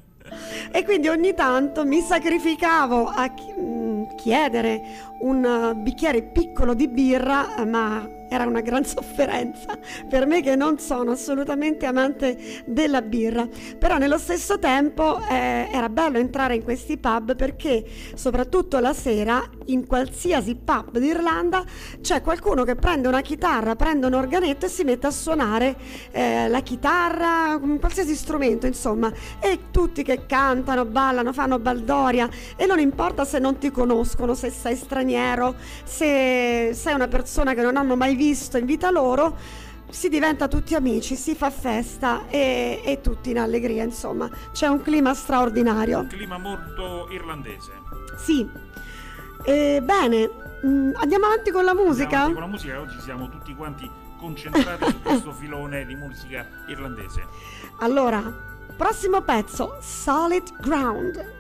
E quindi ogni tanto mi sacrificavo a chiedere un bicchiere piccolo di birra, ma era una gran sofferenza per me che non sono assolutamente amante della birra. Però nello stesso tempo era bello entrare in questi pub, perché soprattutto la sera in qualsiasi pub d'Irlanda c'è qualcuno che prende una chitarra, prende un organetto e si mette a suonare la chitarra, qualsiasi strumento insomma, e tutti che cantano, ballano, fanno baldoria, e non importa se non ti conoscono, se sei straniero, se sei una persona che non hanno mai visto in vita loro, si diventa tutti amici, si fa festa e tutti in allegria, insomma c'è un clima straordinario, un clima molto irlandese. Sì. Bene, andiamo avanti con la musica. Oggi siamo tutti quanti concentrati su questo filone di musica irlandese. Allora, prossimo pezzo, Solid Ground.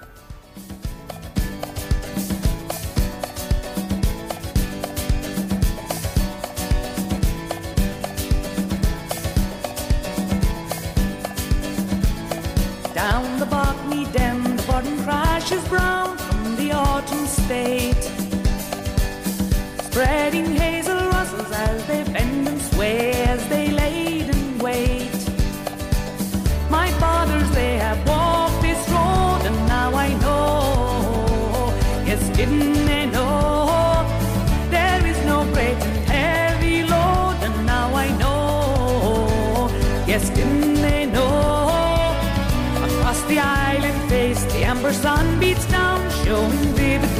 Down the Botany Den, the bottom crashes brown from the autumn state, spreading hazel rustlers as they bend and sway, as they laid in wait. My fathers, they have walked this road, and now I know, yes, didn't they know, there is no great and heavy load, and now I know, yes, didn't they know. Across the island face, the amber sun beats down, showing vivid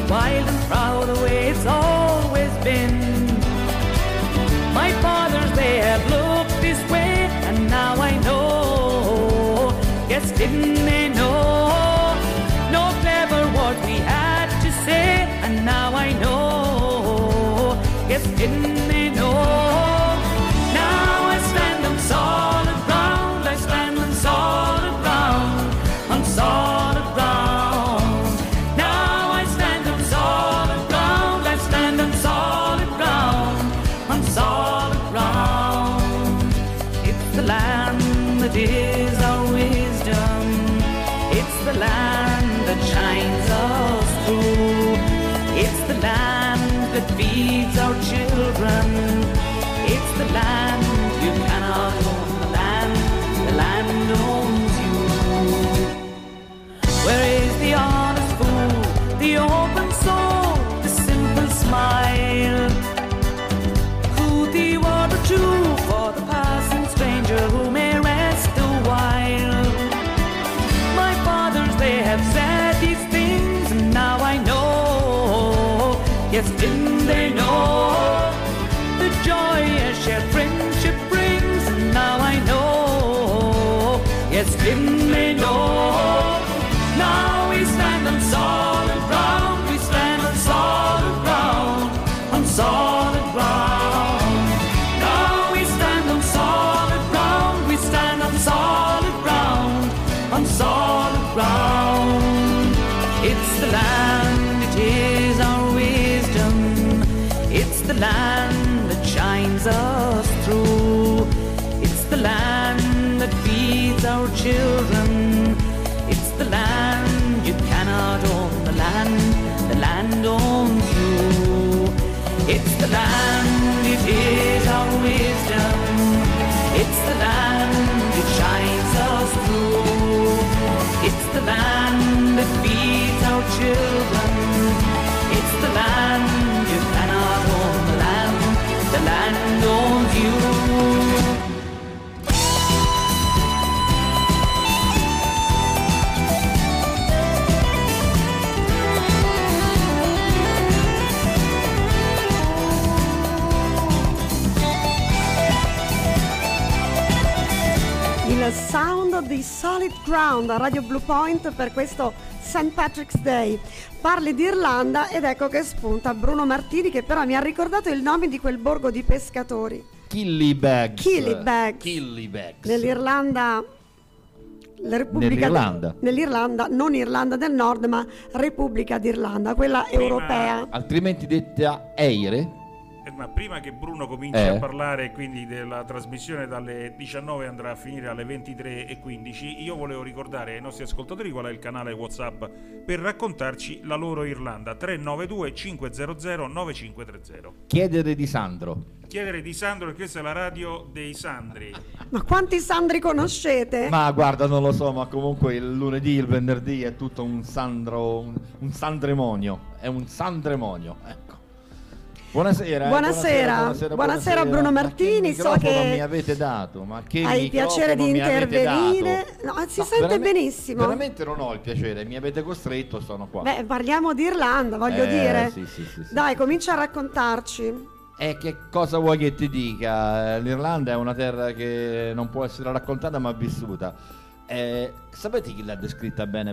wild and proud the way it's always been. My fathers, they have looked this way, and now I know. Yes, didn't they know? No clever words we had to say, and now I know. Yes, didn't they know? Now I stand on solid ground, I stand on solid ground, on solid ground. Now I stand on solid ground, I stand on solid ground, on solid ground. It's the land that is our wisdom, it's the land that shines us through, it's the land that feeds our children, it's the land you cannot own, the land owns you. Where is the honest fool, the open soul, the simple smile? Who the word or two for the passing stranger who may rest a while? My fathers, they have said these things, and now I know. Yes, didn't they know? The joy a shared friendship brings, and now I know. Yes, didn't they know? Now we stand on solid ground, we stand on solid ground, on solid ground. Now we stand on solid ground, we stand on solid ground, on solid ground. It's the land, it is our wisdom, it's the land that shines us through, it's the land that feeds our children, it's the land you cannot own, the land owns you. It's the land, it is our wisdom, it's the land that shines us through, it's the land that feeds our children, it's the land you cannot own, the land owns you. Il sound di Solid Ground a Radio Blue Point per questo St. Patrick's Day. Parli di Irlanda ed ecco che spunta Bruno Martini, che però mi ha ricordato il nome di quel borgo di pescatori. Killybegs. Killybegs. Nell'Irlanda. La Repubblica Nell'Irlanda. Nell'Irlanda, non Irlanda del Nord, ma Repubblica d'Irlanda, quella europea. Altrimenti detta Eire. Ma prima che Bruno cominci a parlare quindi della trasmissione dalle 19 andrà a finire alle 23:15, io volevo ricordare ai nostri ascoltatori qual è il canale WhatsApp per raccontarci la loro Irlanda. 392 500 9530. Chiedere di Sandro, che questa è la radio dei Sandri. Ma quanti Sandri conoscete? ma guarda, non lo so, ma comunque il lunedì, il venerdì è tutto un sandremonio, è un sandremonio, ecco. Buonasera, buonasera Bruno Martini, so che mi avete dato, ma che hai il piacere di intervenire. No, si sente benissimo. Veramente non ho il piacere, mi avete costretto, sono qua. Beh, parliamo di Irlanda, voglio dire. Sì. Dai, comincia a raccontarci. Che cosa vuoi che ti dica? L'Irlanda è una terra che non può essere raccontata ma vissuta. Sapete chi l'ha descritta bene?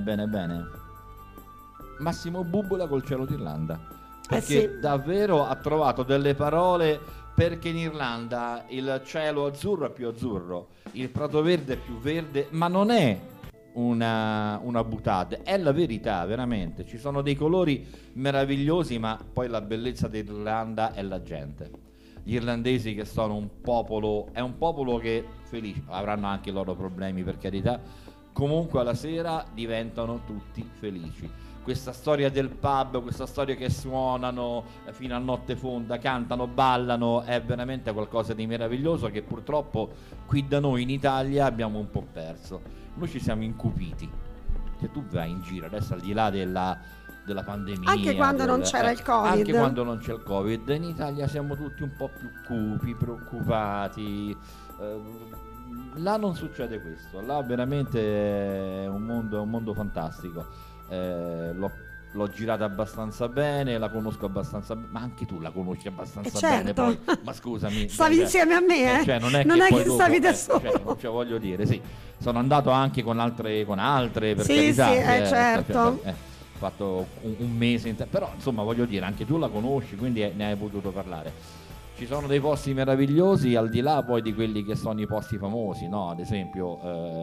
Massimo Bubbola col cielo d'Irlanda. Perché davvero ha trovato delle parole, perché in Irlanda il cielo azzurro è più azzurro, il prato verde è più verde, ma non è una buttata, è la verità, veramente. Ci sono dei colori meravigliosi, ma poi la bellezza dell'Irlanda è la gente. Gli irlandesi, che sono un popolo, è un popolo che felice, avranno anche i loro problemi, per carità, comunque alla sera diventano tutti felici. Questa storia del pub, questa storia che suonano fino a notte fonda, cantano, ballano, è veramente qualcosa di meraviglioso che purtroppo qui da noi in Italia abbiamo un po' perso. Noi ci siamo incupiti. Se tu vai in giro adesso, al di là della pandemia, anche quando non c'era il Covid, anche quando non c'è il Covid, in Italia siamo tutti un po' più cupi, preoccupati. Là non succede questo, là veramente è un mondo fantastico. l'ho girata abbastanza bene, la conosco abbastanza bene, ma anche tu la conosci abbastanza certo. bene poi. Ma scusami, stavi insieme a me, cioè, non è che dopo, stavi da solo. cioè, non ce voglio dire, sì. Sono andato anche con altre per sì, carità. Sì, certo. Ho fatto un mese però insomma voglio dire, anche tu la conosci, quindi ne hai potuto parlare. Ci sono dei posti meravigliosi al di là poi di quelli che sono i posti famosi, no? Ad esempio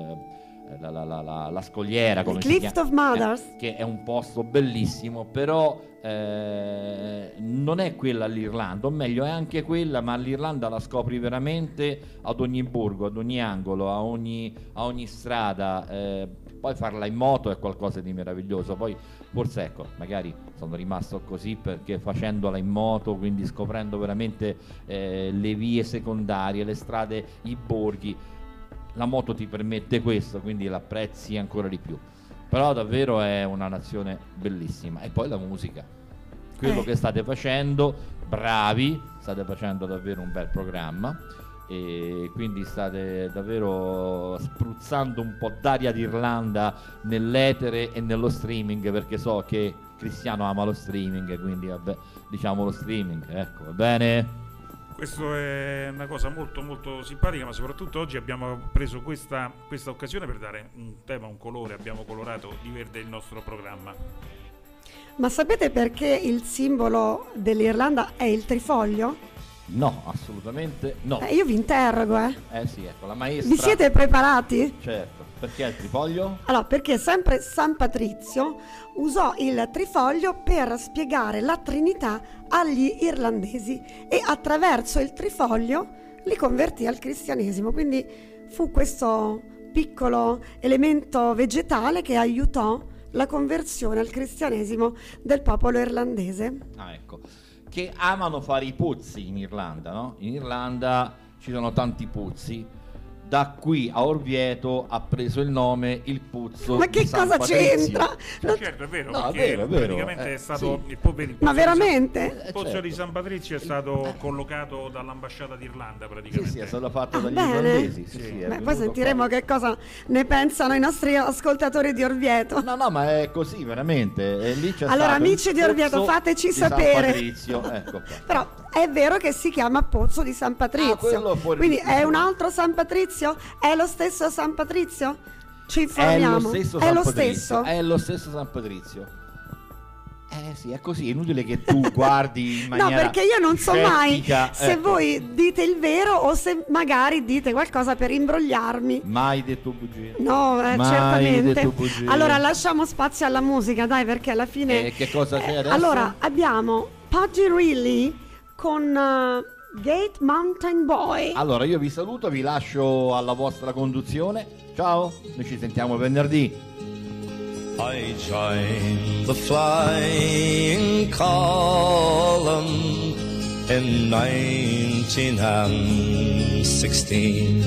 la scogliera, come si Cliff of Mothers, che è un posto bellissimo, però non è quella l'Irlanda, o meglio è anche quella, ma l'Irlanda la scopri veramente ad ogni borgo, ad ogni angolo, a ogni strada. Poi farla in moto è qualcosa di meraviglioso. Poi forse ecco, magari sono rimasto così perché facendola in moto, quindi scoprendo veramente le vie secondarie, le strade, i borghi, la moto ti permette questo, quindi l'apprezzi ancora di più. Però davvero è una nazione bellissima. E poi la musica, quello che state facendo, bravi, state facendo davvero un bel programma, e quindi state davvero spruzzando un po' d'aria d'Irlanda nell'etere e nello streaming, perché so che Cristiano ama lo streaming, quindi vabbè, diciamo lo streaming, ecco, va bene? Questo è una cosa molto molto simpatica, ma soprattutto oggi abbiamo preso questa occasione per dare un tema, un colore, abbiamo colorato di verde il nostro programma. Ma sapete perché il simbolo dell'Irlanda è il trifoglio? No, assolutamente no. Io vi interrogo, sì, ecco, la maestra. Vi siete preparati? Certo, perché il trifoglio? Allora, perché sempre San Patrizio usò il trifoglio per spiegare la Trinità agli irlandesi e attraverso il trifoglio li convertì al cristianesimo. Quindi fu questo piccolo elemento vegetale che aiutò la conversione al cristianesimo del popolo irlandese. Ah, ecco. Che amano fare i pozzi in Irlanda, no? In Irlanda ci sono tanti pozzi. Da qui a Orvieto ha preso il nome il pozzo. Ma che di San cosa Patrizio. c'entra? Certo, è vero, No, perché è vero. praticamente è stato sì. il pozzo Ma veramente? Il pozzo certo. di San Patrizio è stato collocato dall'ambasciata d'Irlanda praticamente. Sì, è stato fatto dagli bene. irlandesi. Sì, Sì. è Beh, poi venuto sentiremo che cosa ne pensano i nostri ascoltatori di Orvieto. No, ma è così veramente. E lì c'è Allora, stato amici il di Orvieto, pozzo fateci di sapere. San Patrizio, ecco qua. Però è vero che si chiama Pozzo di San Patrizio. quello fuori Quindi discussione. è un altro San Patrizio? È lo stesso San Patrizio? Ci È informiamo. lo stesso È San lo Patrizio. stesso. È lo stesso San Patrizio. Sì, è così, è inutile che tu guardi in No, maniera perché io non so mai scettica, se ecco. voi dite il vero o se magari dite qualcosa per imbrogliarmi. Mai detto bugie. No, Mai certamente. detto bugie. Allora lasciamo spazio alla musica, dai, perché alla fine. Che cosa c'è adesso? Allora abbiamo Pudgy Riley con Gate Mountain Boy. Allora io vi saluto, vi lascio alla vostra conduzione. Ciao, noi ci sentiamo venerdì. I joined the flying column in 1916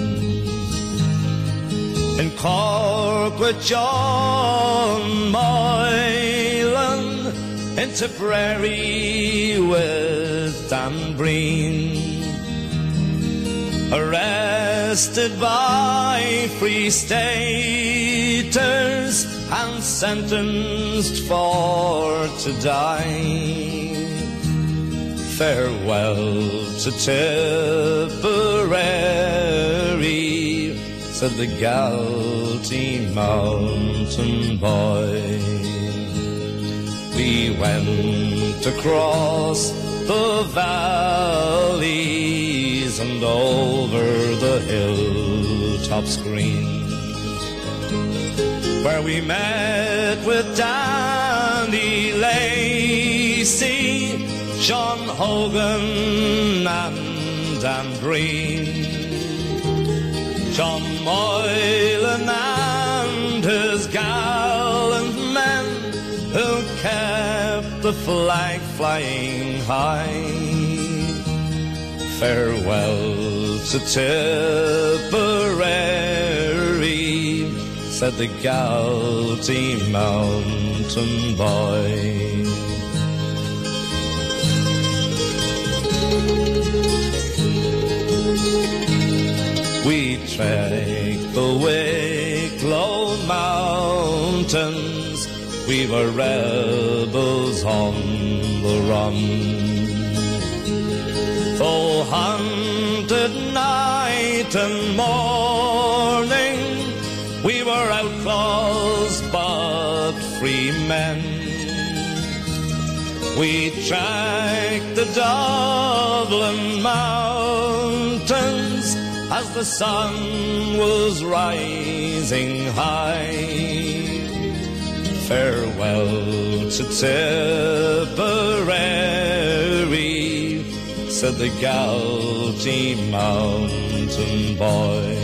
in Cork with John Moylan, in Tipperary with Dan Breen, arrested by Free Staters and sentenced for to die. Farewell to Tipperary, said the Galtee mountain boy. We went across the valleys and over the hilltops green, where we met with Danny Lacey, Sean Hogan and Dan Breen, John Moylan and his gallant men who kept the flag flying high. Farewell to Tipperary, said the Galtee mountain boy. We trekked the Wicklow mountains, we were rebels on the run. Though hunted night and morning, we were outlaws but free men. We tracked the Dublin mountains as the sun was rising high. Farewell to Tipperary, said the gouty mountain boy.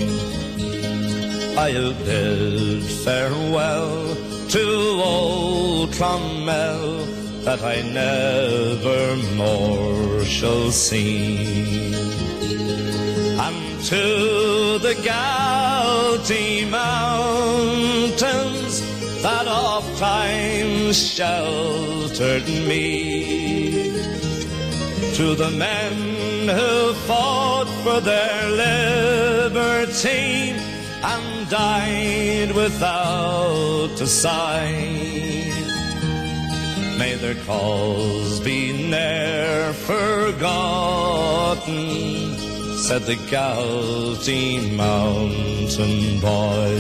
I'll bid farewell to old Clonmel, that I never more shall see. And to the gouty mountains that oft times sheltered me, to the men who fought for their liberty and died without a sigh, may their cause be ne'er forgotten, said the gouty mountain boy.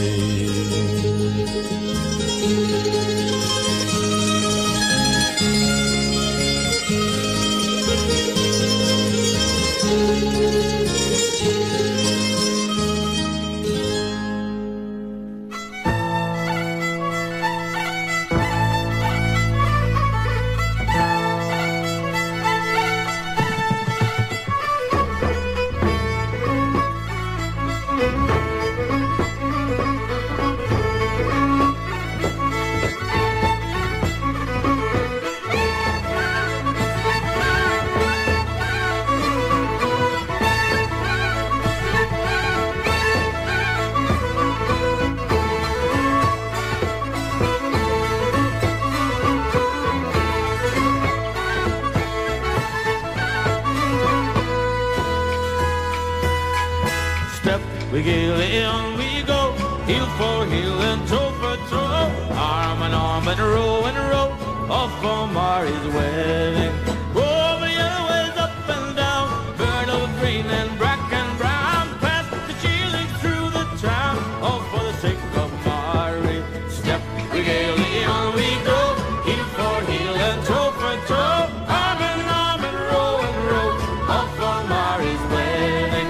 Gaily on we go, heel for heel and toe for toe, arm in arm and row, off for Mary's wedding. Over the yellow ways up and down, burn of green and black and brown, past the Cheelings through the town, all for the sake of Mary. Step gaily on we go, heel for heel and toe for toe, arm in arm and row, off for Mary's wedding.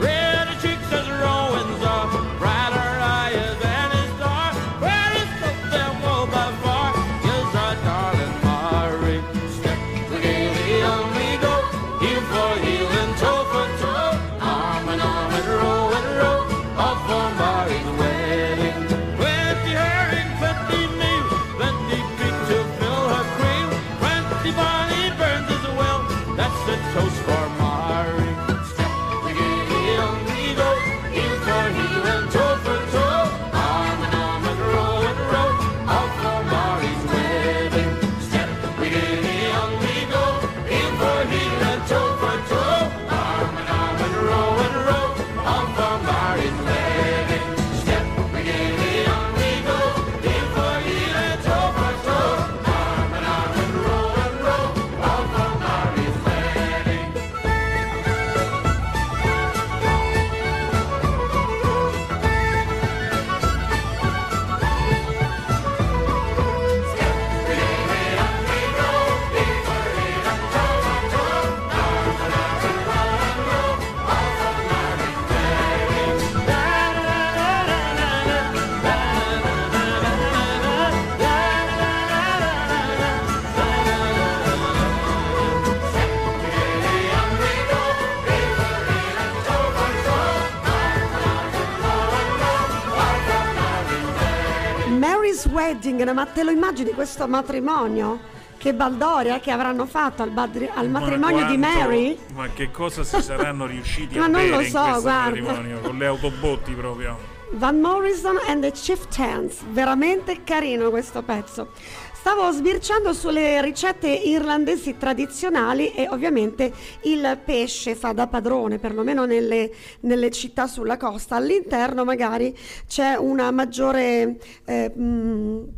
Toast for Mary. Step gaily on we go, heel for heel and toe for toe, arm in arm and row, off for Mary's wedding. Step gaily on we go, heel for heel and toe for toe, arm in arm and row, off for Mary's wedding. Step gaily on we go, heel for heel and toe for toe, arm in arm and row, off for Mary's wedding. Mary's Wedding, ma te lo immagini questo matrimonio? Che baldoria che avranno fatto al matrimonio di Mary? Ma che cosa si saranno riusciti Ma a non bere lo in so, questo guarda. matrimonio, con le autobotti proprio. Van Morrison and the Chieftains, veramente carino questo pezzo. Stavo sbirciando sulle ricette irlandesi tradizionali e ovviamente il pesce fa da padrone, perlomeno nelle città sulla costa. All'interno magari c'è una maggiore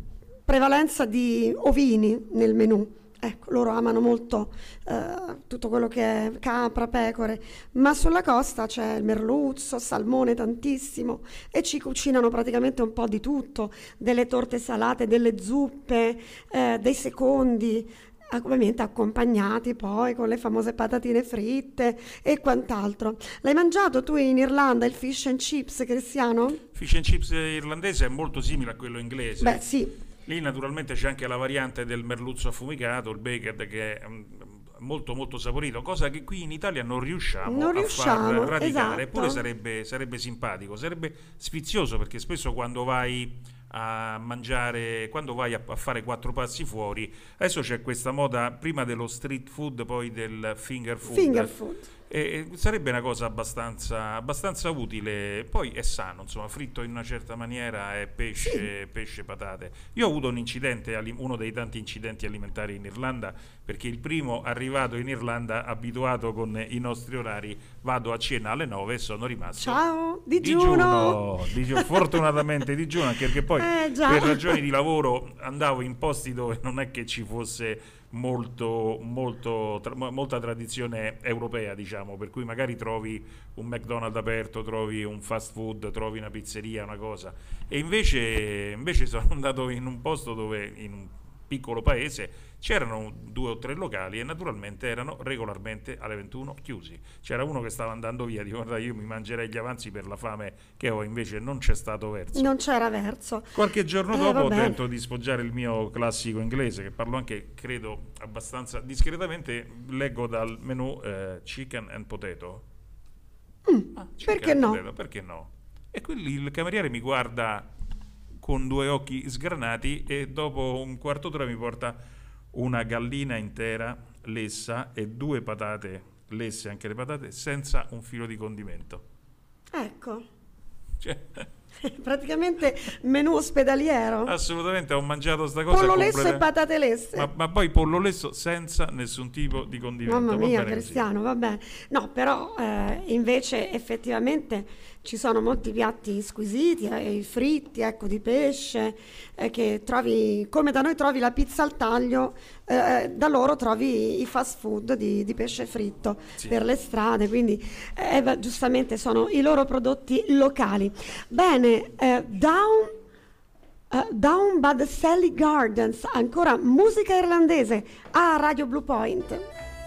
prevalenza di ovini nel menù. Ecco, loro amano molto tutto quello che è capra, pecore, ma sulla costa c'è il merluzzo, salmone tantissimo, e ci cucinano praticamente un po' di tutto, delle torte salate, delle zuppe, dei secondi, ovviamente accompagnati poi con le famose patatine fritte e quant'altro. L'hai mangiato tu in Irlanda il fish and chips, Cristiano? Fish and chips irlandese è molto simile a quello inglese. Beh, sì. Lì naturalmente c'è anche la variante del merluzzo affumicato, il baked, che è molto molto saporito, cosa che qui in Italia non riusciamo a far radicare, esatto. eppure sarebbe simpatico, sarebbe sfizioso, perché spesso quando vai a mangiare, quando vai a fare 4 passi fuori, adesso c'è questa moda prima dello street food, poi del finger food. E sarebbe una cosa abbastanza utile, poi è sano, insomma, fritto in una certa maniera, è pesce, patate. Io ho avuto un incidente, uno dei tanti incidenti alimentari in Irlanda, perché il primo arrivato in Irlanda, abituato con i nostri orari, vado a cena alle 9 e sono rimasto digiuno. Fortunatamente digiuno, anche perché poi per ragioni di lavoro andavo in posti dove non è che ci fosse molta tradizione europea, diciamo, per cui magari trovi un McDonald's aperto, trovi un fast food, trovi una pizzeria, una cosa, e invece sono andato in un posto dove, in un piccolo paese, c'erano 2 o 3 locali e naturalmente erano regolarmente alle 21 chiusi. C'era uno che stava andando via, dico: guarda, io mi mangerei gli avanzi per la fame che ho, invece non c'è stato verso. Non c'era verso. Qualche giorno dopo ho tentato di sfoggiare il mio classico inglese, che parlo anche, credo, abbastanza discretamente. Leggo dal menù chicken and potato. Perché no? Potato, perché no? E quindi il cameriere mi guarda con 2 occhi sgranati e dopo un quarto d'ora mi porta una gallina intera lessa e 2 patate lesse, anche le patate, senza un filo di condimento. Ecco. Cioè, praticamente menù ospedaliero. Assolutamente, ho mangiato sta cosa. Pollo lesso e patate lesse. Ma poi pollo lesso senza nessun tipo di condimento. Mamma mia, bene Cristiano, vabbè. No, però invece effettivamente ci sono molti piatti squisiti, i fritti, ecco, di pesce, che trovi, come da noi trovi la pizza al taglio, da loro trovi i fast food di pesce fritto per le strade, quindi giustamente sono i loro prodotti locali. Bene, Down by the Sally Gardens, ancora musica irlandese a Radio Blue Point.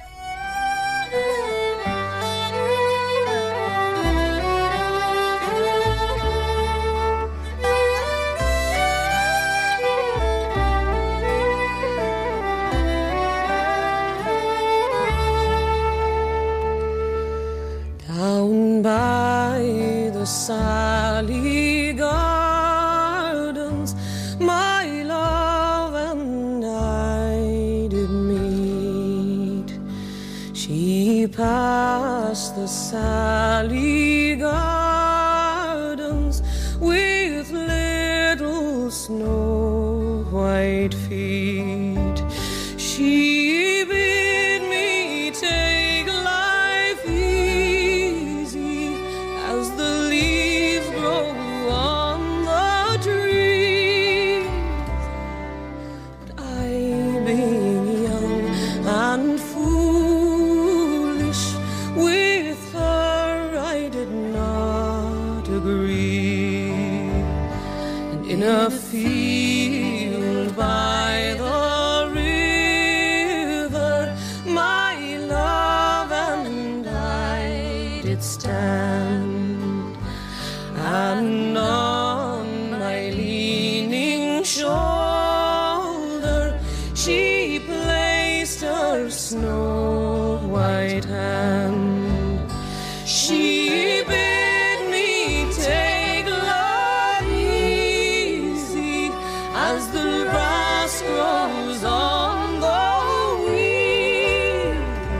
Down by the Sally Gardens, my love and I did meet. She passed the Sally Gardens with little snow white feet. She bid me take life easy as the leaves grow on the trees. But I, being young and foolish, with her I did not agree. And in a field by the river, my love and I did stand, and on my leaning shoulder she placed her snow white hand. She bid me take life easy as the grass grows on the wheel.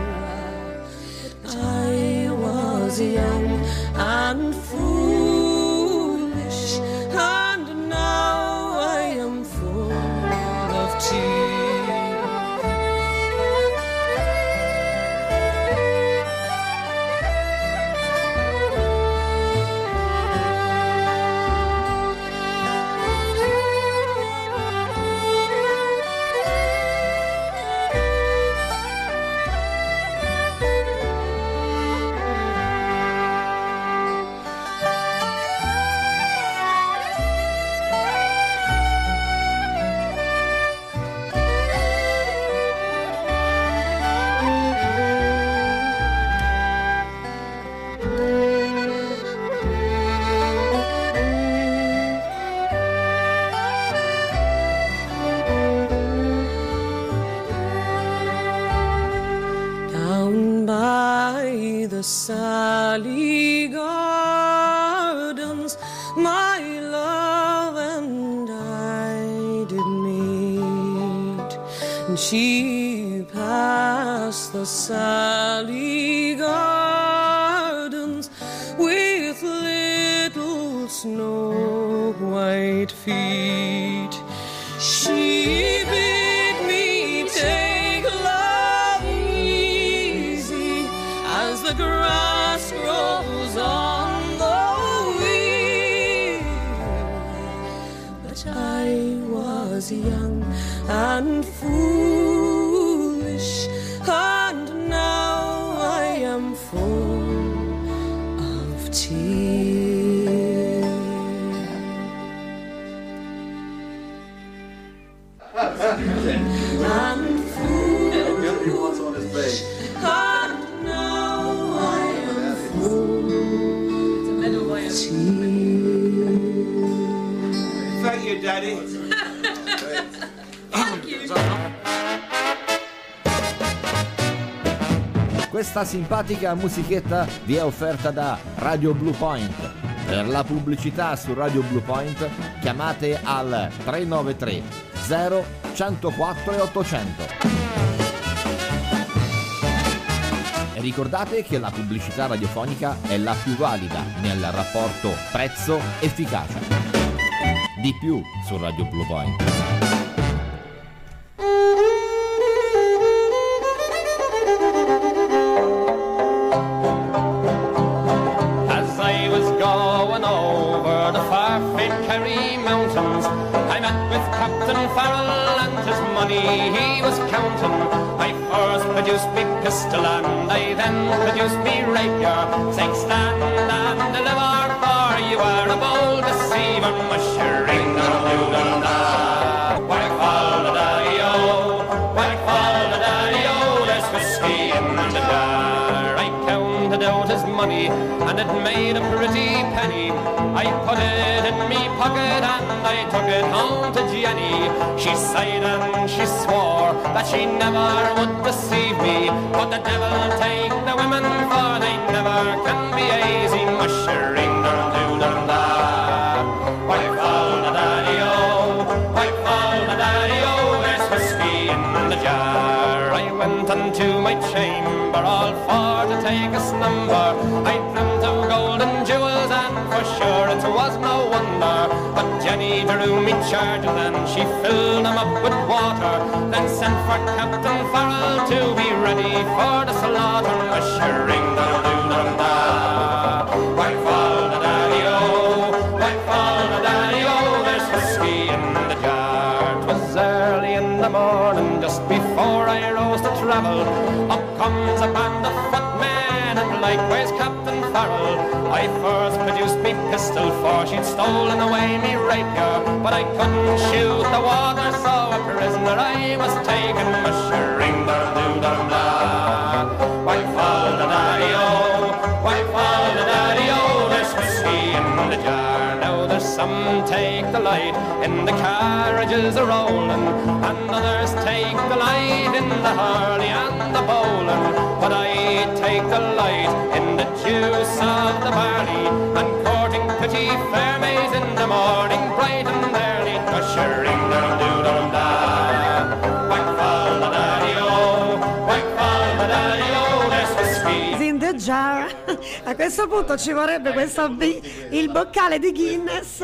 I was young and foolish, and now I am full of tears. Sally Gardens, my love and I did meet, and she passed the Sally Gardens with little snow white feet. She bid me take love easy as the grass grows on the wheel. But I was young and foolish, and now I am full of tears. And foolish, and now I am full of tears. Thank you, Daddy. Questa simpatica musichetta vi è offerta da Radio Blue Point. Per la pubblicità su Radio Blue Point chiamate al 393 0 104 e 800. E ricordate che la pubblicità radiofonica è la più valida nel rapporto prezzo-efficacia. Di più su Radio Blue Point. He was counting. I first produced me pistol and I then produced me rapier. Saying stand and deliver, for you are a bold deceiver. Mushering da-doo-dum-da. Whack fall da daddy-o, whack fall da daddy-o. There's whiskey in the jar. I counted out his money and it made a pretty penny. I put it in me pocket and I took it home to Jenny. She sighed and she swore that she never would deceive me. But the devil take the women, for they never can be easy. Mushering dum-doo-dum-da. White fall the daddy-o, white fall the daddy-o. There's whiskey in the jar. I went unto my chamber all for to take a slumber. I dreamt of golden jewels and for sure it was no wonder. But Jenny drew me charging and she filled them up with water. Then sent for Captain Farrell to be ready for the slaughter. Mushering da-doo-dum-da. White fall the daddy-o, white fall the daddy-o. There's whiskey in the jar. 'Twas early in the morning, just before I rose to travel. Up comes a band of footmen and likewise Captain Farrell. I first produced me pistol, for she'd stolen away me rapier. But I couldn't shoot the water, so a prisoner I was taken. Mushering da-doo-dum-da. White fall the daddy-o, white fall the daddy-o. There's whiskey in the jar. Now there's some take the light in the carriages a-rolling, and others take the light in the hurley and the bowling. But I take the light in the juice of the barley, and courting pretty fair maids in the morning, bright and early. Mushering dum-doo-dum-da. Whack fall the daddy-o, whack fall the daddy-o. There's whiskey in the jar. A questo punto ci vorrebbe il boccale di Guinness.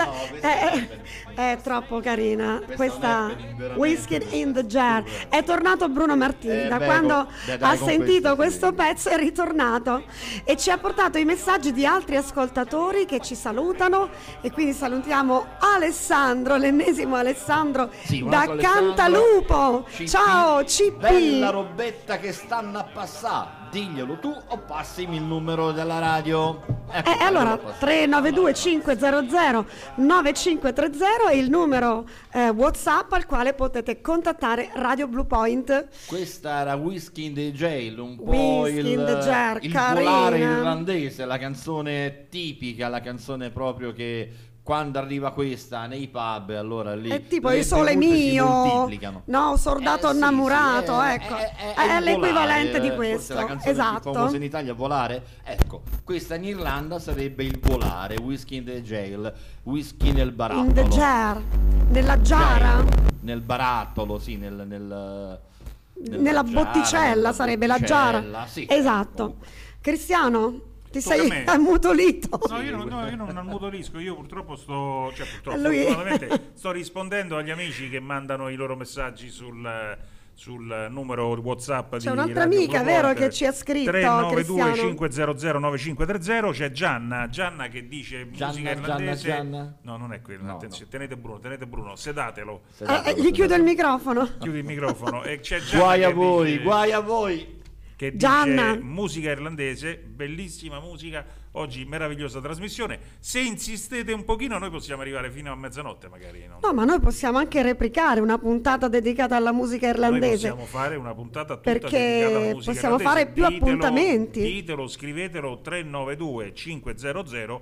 È troppo carina questa Whiskey in the Jar. È tornato Bruno Martini da quando ha sentito questo pezzo, è ritornato e ci ha portato i messaggi di altri ascoltatori che ci salutano, e quindi salutiamo Alessandro, l'ennesimo Alessandro da Cantalupo. Ciao CP, bella robetta che stanno a passare, diglielo tu o passimi il numero della radio. Allora 392 500 9530 è il numero WhatsApp al quale potete contattare Radio Blue Point. Questa era Whiskey in the Jail, un po' Whiskey in the Jar, il volare irlandese, la canzone tipica, la canzone proprio che quando arriva questa nei pub, allora lì è tipo le il sole bevute si mio, moltiplicano. no, sordato Sì, innamorato, sì, ecco, è il l'equivalente volare, di forse questo, la canzone più esatto. famosa in Italia, volare. Ecco, questa in Irlanda sarebbe il volare, whisky in the jail, whisky nel barattolo. In the jar, nella giara, Nel barattolo, sì, nella nella botticella sarebbe la giara, sì. esatto. Cristiano, ti Tocca a sei me. ammutolito? No, io non ammutolisco, io purtroppo purtroppo, Lui- fortunatamente sto rispondendo agli amici che mandano i loro messaggi sul numero WhatsApp di C'è un'altra Radio amica, Blue vero, Point, che ci ha scritto, 392 Cristiano? 500 9530. C'è Gianna che dice musica irlandese. Gianna? No, non è quello, attenzione, tenete Bruno, sedatelo. Gli chiudo il microfono. Chiudi il microfono. E c'è Gianna Guai a che voi, dice- guai a voi. che Gianna. dice musica irlandese, bellissima musica, oggi meravigliosa trasmissione. Se insistete un pochino noi possiamo arrivare fino a mezzanotte magari, no? No, ma noi possiamo anche replicare una puntata dedicata alla musica Noi irlandese. possiamo fare una puntata tutta Perché dedicata alla musica possiamo irlandese. fare più appuntamenti. Ditelo, scrivetelo 392 500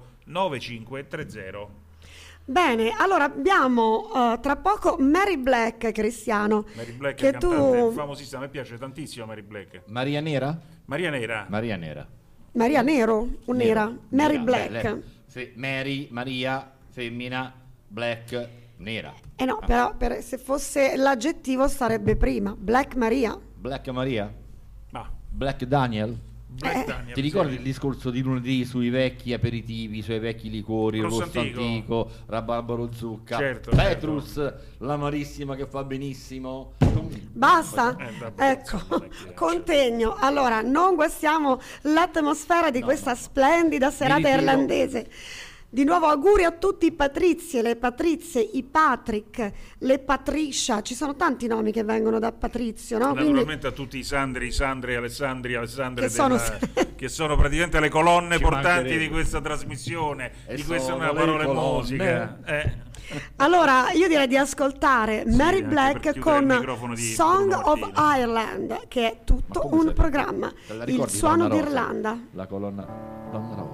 9530. Bene, allora abbiamo tra poco Mary Black, Cristiano. Mary Black che è cantante tu famosissima, a me piace tantissimo Mary Black. Maria Nera? Maria Nera. Maria Nera. Maria Nero o Nera? Mary Nera, Black. beh, sì, Mary, Maria, femmina, Black, nera. No, però se fosse l'aggettivo starebbe prima. Black Maria. Black Maria? Ah. Black Daniel? Daniel, Ti ricordi il discorso di lunedì sui vecchi aperitivi, sui vecchi liquori, Rosso rosso antico, rabarbaro zucca, Certo, Petrus, l'amarissima che fa benissimo. Basta, vabbè, ecco, contegno. Allora, non guastiamo l'atmosfera di questa splendida serata ritiro. irlandese. Di nuovo auguri a tutti i Patrizi e le Patrizie, i Patrick, le Patricia, ci sono tanti nomi che vengono da Patrizio, no? Quindi Naturalmente a tutti i Sandri, Alessandre Che sono- che sono praticamente le colonne Ci portanti mancherebbe. di questa trasmissione, E di questa sono una le parola e colonne. musica. allora io direi di ascoltare Mary anche per Black chiudere il con microfono di Song Bruno of Martini. Ireland, che è tutto come un sai? programma, Te la il ricordi, suono Donna Rosa? d'Irlanda. La colonna Donna Rosa.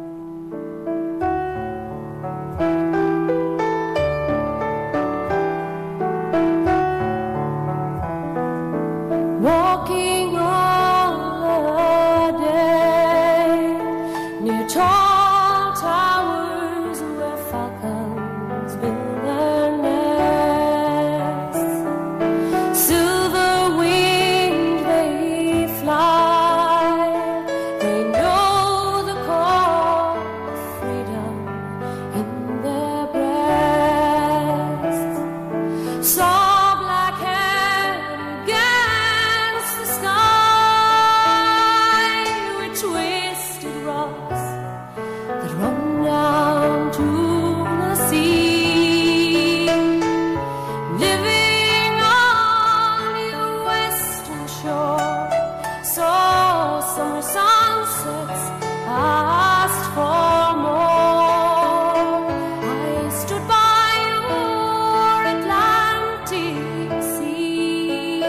Walking all day near tall towers where falcons build their nests. Silver winged they fly. They know the call of freedom in their breasts. Saw black hair against the sky with twisted rocks that run down to the sea. Living on your western shore, saw summer sunsets, asked for more. I stood by your Atlantic sea,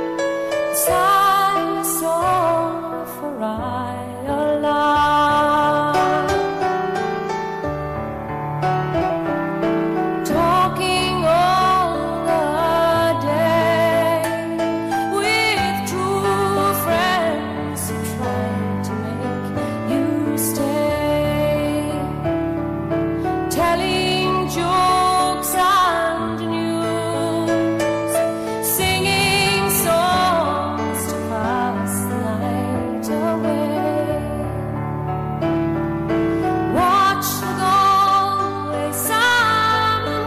sang a song for Ireland. Talking all the day with true friends who try to make you stay, telling jokes and news, singing songs to pass the night away. Watch the Galway salmon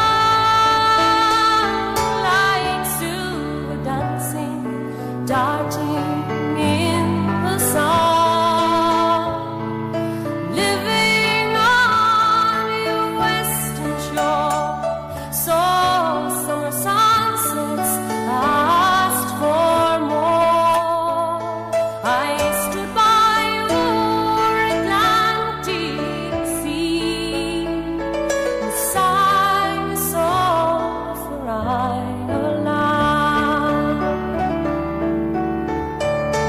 run like silver dancing, darting in the sun. Living on your western shore, saw summer sunsets, asked for more. I stood by your Atlantic sea and sang a song for Ireland.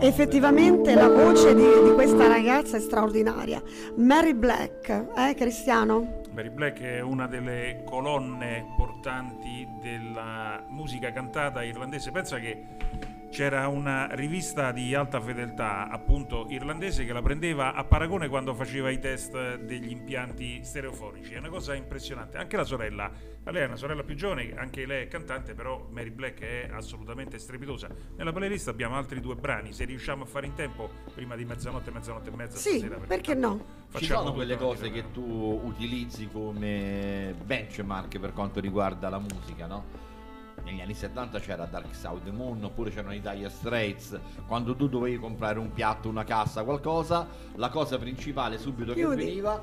effettivamente la voce di questa ragazza è straordinaria. Mary Black, Cristiano? Mary Black è una delle colonne portanti della musica cantata irlandese. Pensa che c'era una rivista di alta fedeltà, appunto irlandese, che la prendeva a paragone quando faceva i test degli impianti stereofonici. È una cosa impressionante. Anche la sorella, lei è una sorella più giovane, anche lei è cantante, però Mary Black è assolutamente strepitosa. Nella playlist abbiamo altri 2 brani, se riusciamo a fare in tempo, prima di mezzanotte e mezza sì, stasera. Perché no? Ci sono quelle cose che tu utilizzi come benchmark per quanto riguarda la musica, no? Negli anni 70 c'era Dark Side of the Moon, oppure c'erano i Dire Straits. Quando tu dovevi comprare un piatto, una cassa, qualcosa, la cosa principale subito che veniva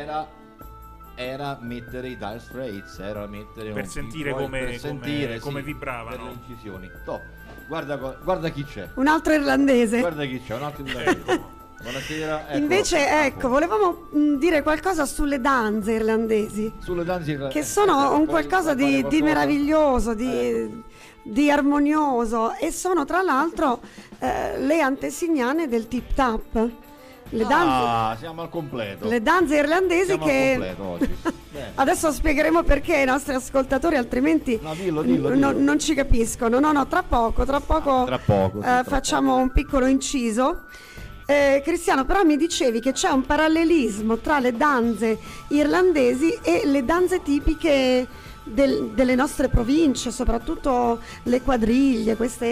era mettere i Dire Straits, era mettere per sentire come vibravano per le incisioni. Guarda chi c'è. Un altro irlandese. Guarda chi c'è, un altro irlandese. Buonasera. Invece volevamo dire qualcosa sulle danze irlandesi. Sulle danze irlandesi. Che sono un qualcosa di meraviglioso, di armonioso, e sono tra l'altro le antesignane del tip tap. Siamo al completo. Le danze irlandesi siamo che al completo oggi. Adesso spiegheremo perché ai nostri ascoltatori, altrimenti dillo. Non ci capiscono. No, tra poco facciamo un piccolo inciso. Cristiano, però mi dicevi che c'è un parallelismo tra le danze irlandesi e le danze tipiche delle nostre province, soprattutto le quadriglie,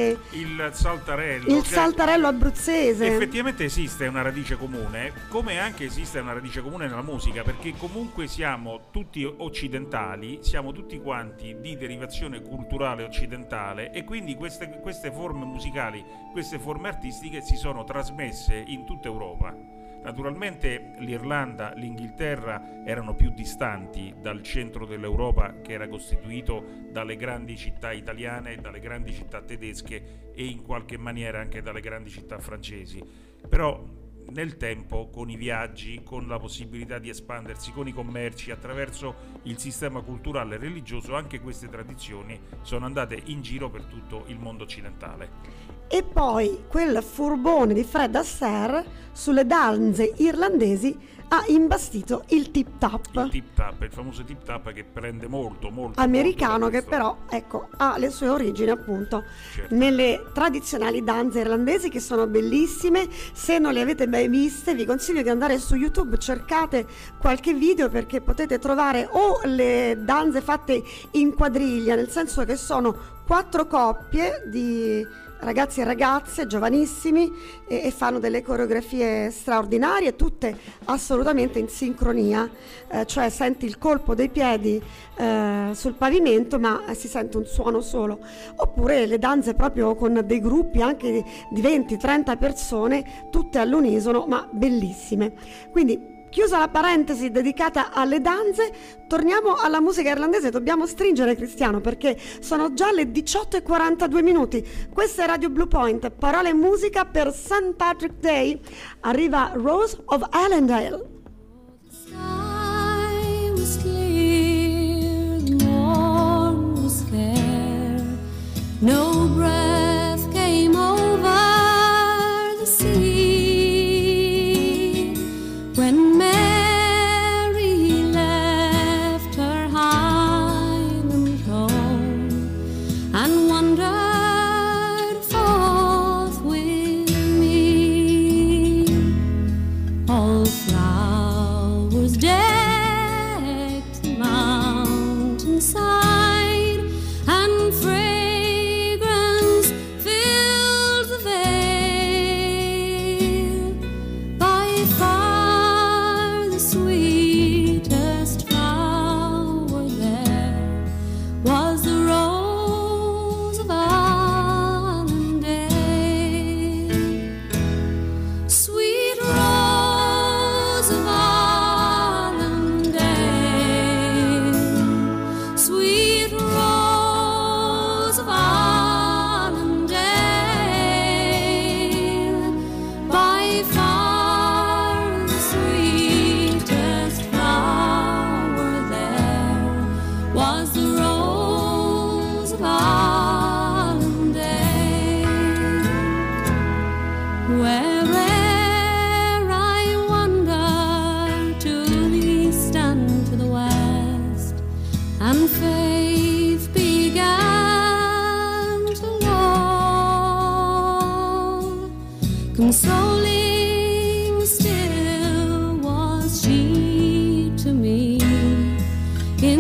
il saltarello abruzzese. Effettivamente esiste una radice comune, come anche esiste una radice comune nella musica, perché comunque siamo tutti occidentali, siamo tutti quanti di derivazione culturale occidentale, e quindi queste forme musicali, queste forme artistiche si sono trasmesse in tutta Europa. Naturalmente l'Irlanda, l'Inghilterra erano più distanti dal centro dell'Europa, che era costituito dalle grandi città italiane, dalle grandi città tedesche e in qualche maniera anche dalle grandi città francesi. Però nel tempo, con i viaggi, con la possibilità di espandersi, con i commerci, attraverso il sistema culturale e religioso, anche queste tradizioni sono andate in giro per tutto il mondo occidentale. E poi quel furbone di Fred Astaire sulle danze irlandesi ha imbastito il tip tap. Il famoso tip tap, che prende molto americano, che però ha le sue origini appunto nelle tradizionali danze irlandesi, che sono bellissime. Se non le avete mai viste, vi consiglio di andare su YouTube, cercate qualche video, perché potete trovare o le danze fatte in quadriglia, nel senso che sono 4 coppie di ragazzi e ragazze giovanissimi e fanno delle coreografie straordinarie, tutte assolutamente in sincronia, cioè senti il colpo dei piedi sul pavimento, ma si sente un suono solo. Oppure le danze proprio con dei gruppi anche di 20-30 persone, tutte all'unisono, ma bellissime. Quindi, chiusa la parentesi dedicata alle danze, torniamo alla musica irlandese. Dobbiamo stringere, Cristiano, perché sono già le 18:42 minuti. Questa è Radio Blue Point, parole e musica per St. Patrick Day. Arriva Rose of Allendale. Sky was clear, the morn was fair, no breath came over the sea. When Mary left her Highland home and wandered forth with me, all flowers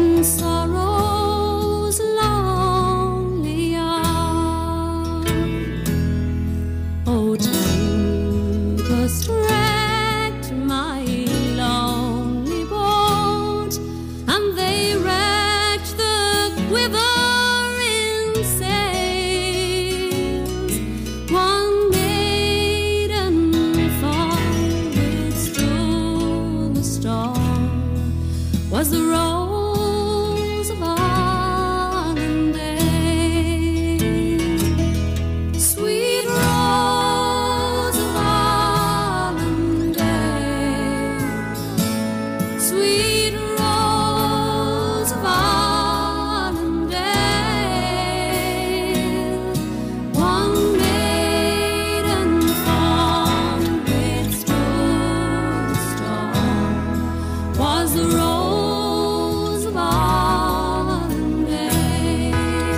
in sorrow's lonely hour. Oh, tempest wrecked my lonely boat, and they wrecked the quivering sails. One maiden far withstood the storm, was the rose of Arlandale. Sweet rose of Arlandale, sweet rose of Arlandale. One maiden fond withstood the storm, was the rose of Arlandale.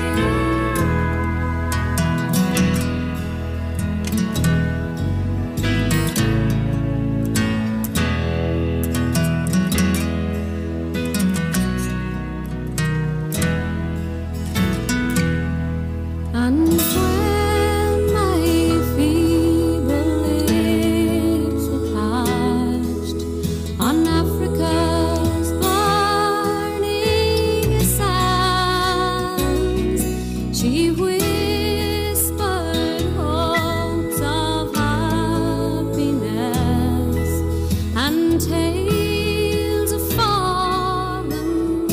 And when my feeble lips were parched on Africa's burning sands, she whispered hopes of happiness and tales of foreign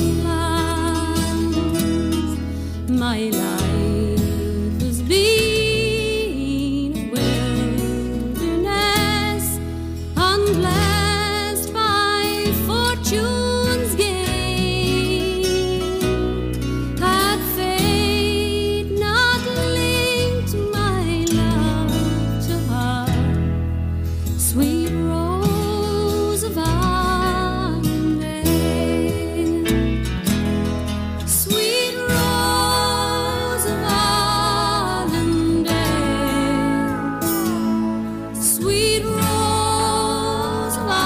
lands. My life has been a wilderness, unblessed by fortune's gain. Had fate not linked my love to her, sweet rose of Arlandale, sweet rose of Arlandale, sweet rose of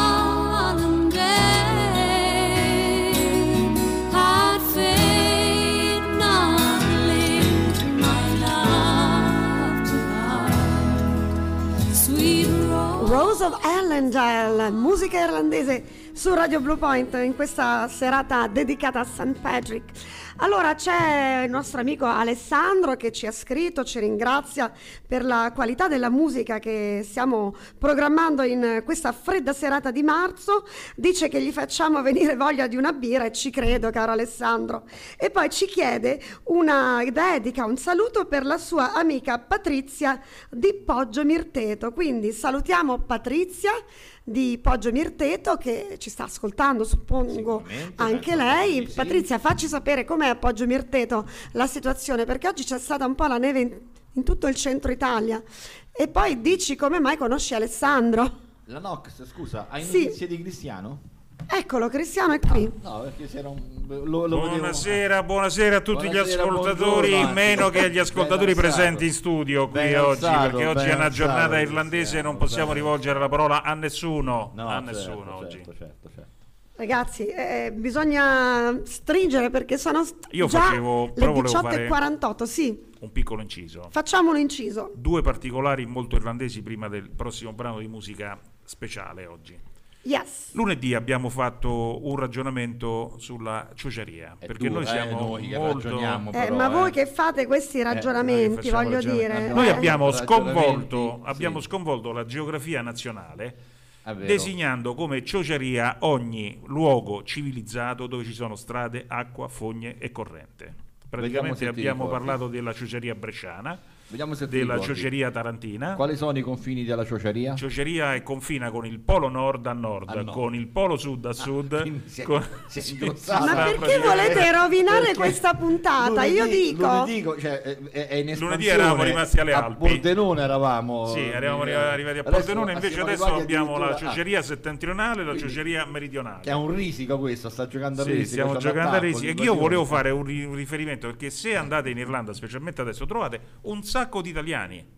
Arlandale. Had fate not linked my love to her, sweet Rose of Arlandale, musica irlandese su Radio Blue Point in questa serata dedicata a St. Patrick. Allora c'è il nostro amico Alessandro che ci ha scritto, ci ringrazia per la qualità della musica che stiamo programmando in questa fredda serata di marzo, dice che gli facciamo venire voglia di una birra e ci credo, caro Alessandro, e poi ci chiede una dedica, un saluto per la sua amica Patrizia di Poggio Mirteto, quindi salutiamo Patrizia di Poggio Mirteto che ci sta ascoltando, suppongo anche lei. sì. Patrizia, facci sapere com'è a Poggio Mirteto la situazione, perché oggi c'è stata un po' la neve in tutto il centro Italia, e poi dici come mai conosci Alessandro. La Nox, scusa, hai Sì. notizie di Cristiano? Eccolo, Cristiano è qui. No, perché se non Buonasera, buonasera a tutti gli Buonasera, ascoltatori, buongiorno, meno che agli ascoltatori Ben alzato. presenti in studio qui Ben oggi, alzato, perché oggi ben è una alzato, giornata irlandese e Cristiano, non possiamo ben rivolgere la parola a nessuno, No, a certo, nessuno oggi. certo. Ragazzi, bisogna stringere perché sono Io già facevo- le però volevo fare 18:48, sì. Un piccolo inciso. Facciamo un inciso. Due particolari molto irlandesi prima del prossimo brano di musica speciale oggi. Yes. Lunedì abbiamo fatto un ragionamento sulla ciociaria, perché noi siamo noi che molto... ragioniamo, Ma voi che fate questi ragionamenti, facciamo voglio ragionamenti. dire. Noi abbiamo ragionamenti, sconvolto la geografia nazionale vero. designando come ciociaria ogni luogo civilizzato dove ci sono strade, acqua, fogne e corrente. Praticamente se ti abbiamo ricordi. parlato della ciociaria bresciana, Vediamo se ti della ricordi. ciociaria tarantina. Quali sono i confini della ciociaria? Ciociaria è confina con il polo nord a nord, A nord. con il polo sud a sud. con- si è sì, ingrossato. Ma perché volete rovinare questa puntata? Io dico... Lunedì, cioè, è in espansione. Lunedì eravamo rimasti alle A Alpi. Pordenone eravamo. Sì, eravamo arrivati a Adesso Pordenone, invece siamo adesso arrivati abbiamo la addirittura- ciociaria settentrionale e la ciociaria meridionale. Che è un risico questo, sta giocando a Sì, risico. stiamo c'è giocando a l'attacco, risi. E io l'invasione. volevo fare un riferimento, perché se andate in Irlanda, specialmente adesso, trovate un sacco di italiani.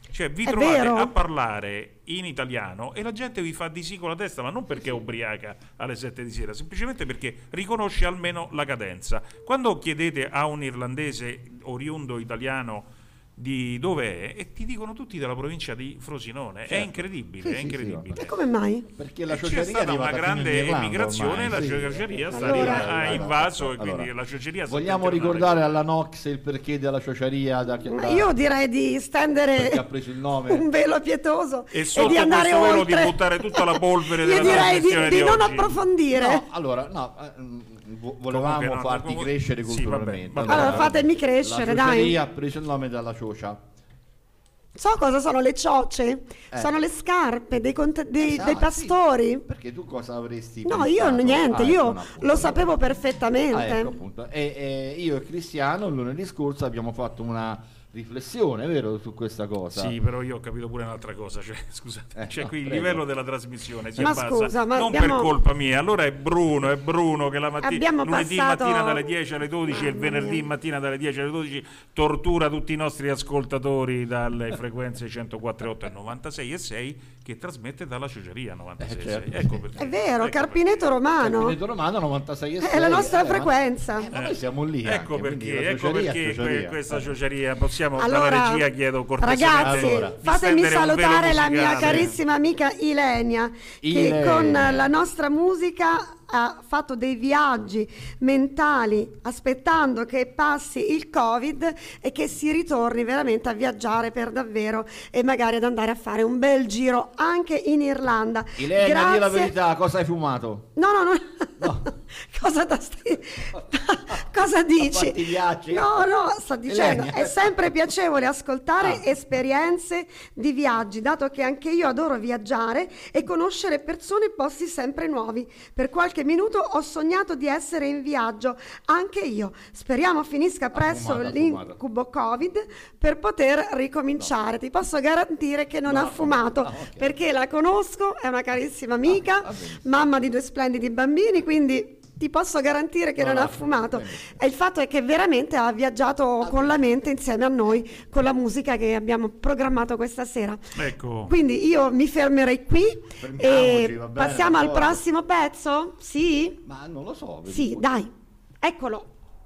Cioè vi È trovate vero. a parlare in italiano e la gente vi fa di sì con la testa, ma non perché è ubriaca alle 7 di sera, semplicemente perché riconosce almeno la cadenza. Quando chiedete a un irlandese oriundo italiano di dove è, e ti dicono tutti della provincia di Frosinone, Certo. è incredibile, Sì, è sì, incredibile. E come mai? Perché la C'è ciociaria è stata una arrivata fino in grande Irlanda emigrazione, ormai, la sì. ciociaria Allora- ha invaso e quindi Allora, la ciociaria sta vogliamo tentando- ricordare alla Nox il perché della ciociaria Ma io direi di perché stendere ha preso il nome? un velo pietoso e e sotto di andare questo velo oltre. di buttare tutta la polvere Io della direi trasmissione di non oggi. approfondire. No, allora, volevamo Comunque no, farti comunque- crescere sì, culturalmente. vabbè. Allora, fatemi crescere, la dai. ciociaria ha preso il nome dalla ciocia. So cosa sono le ciocce? Sono le scarpe dei Esatto, pastori. sì. Perché tu cosa avresti No, pensato? io niente, io ecco, appunto. lo sapevo perfettamente. Ecco, appunto. E io e Cristiano lunedì scorso abbiamo fatto una riflessione, vero, su questa cosa? Sì, però io ho capito pure un'altra cosa, cioè, scusate, cioè qui il prego. livello della trasmissione si Ma abbassa, scusa, ma non abbiamo- per colpa mia, allora è Bruno che la mattina, Abbiamo lunedì passato- mattina dalle 10 alle 12 e il Mamma venerdì mia. mattina dalle 10 alle 12 tortura tutti i nostri ascoltatori dalle frequenze 104.8 e 96.6 che trasmette dalla ciociaria 96.6. certo. Ecco perché. È vero, ecco Carpineto Romano Veneto Romano 96,6. è la nostra frequenza. Ma noi siamo lì. Ecco anche, quindi perché, la ecco ciociaria è perché ciociaria. questa ciociaria possiamo Allora, dalla regia chiedo cortesemente ragazzi, di fatemi stendere un velo salutare la mia musicale. carissima amica Ilenia, che Ilenia. con la nostra musica ha fatto dei viaggi mentali aspettando che passi il Covid e che si ritorni veramente a viaggiare per davvero e magari ad andare a fare un bel giro anche in Irlanda. Ilenia, di la Grazie. verità, cosa hai fumato? No. Cosa dici? fatti viaggi? No, sto dicendo, Ilenia. è sempre piacevole ascoltare esperienze di viaggi, dato che anche io adoro viaggiare e conoscere persone e posti sempre nuovi. Per qualche minuto ho sognato di essere in viaggio, anche io. Speriamo finisca presto fumata. l'incubo Covid per poter ricominciare. Ti posso garantire che non ha fumato, ok. perché la conosco, è una carissima amica, mamma di 2 splendidi bambini, quindi ti posso garantire che non ha fumato. E il fatto è che veramente ha viaggiato con la mente insieme a noi, con la musica che abbiamo programmato questa sera. Ecco. Quindi io mi fermerei qui Fermiamoci, e va bene, passiamo al d'accordo. prossimo pezzo? Sì? Ma non lo so. vedi Sì, tu. dai, eccolo.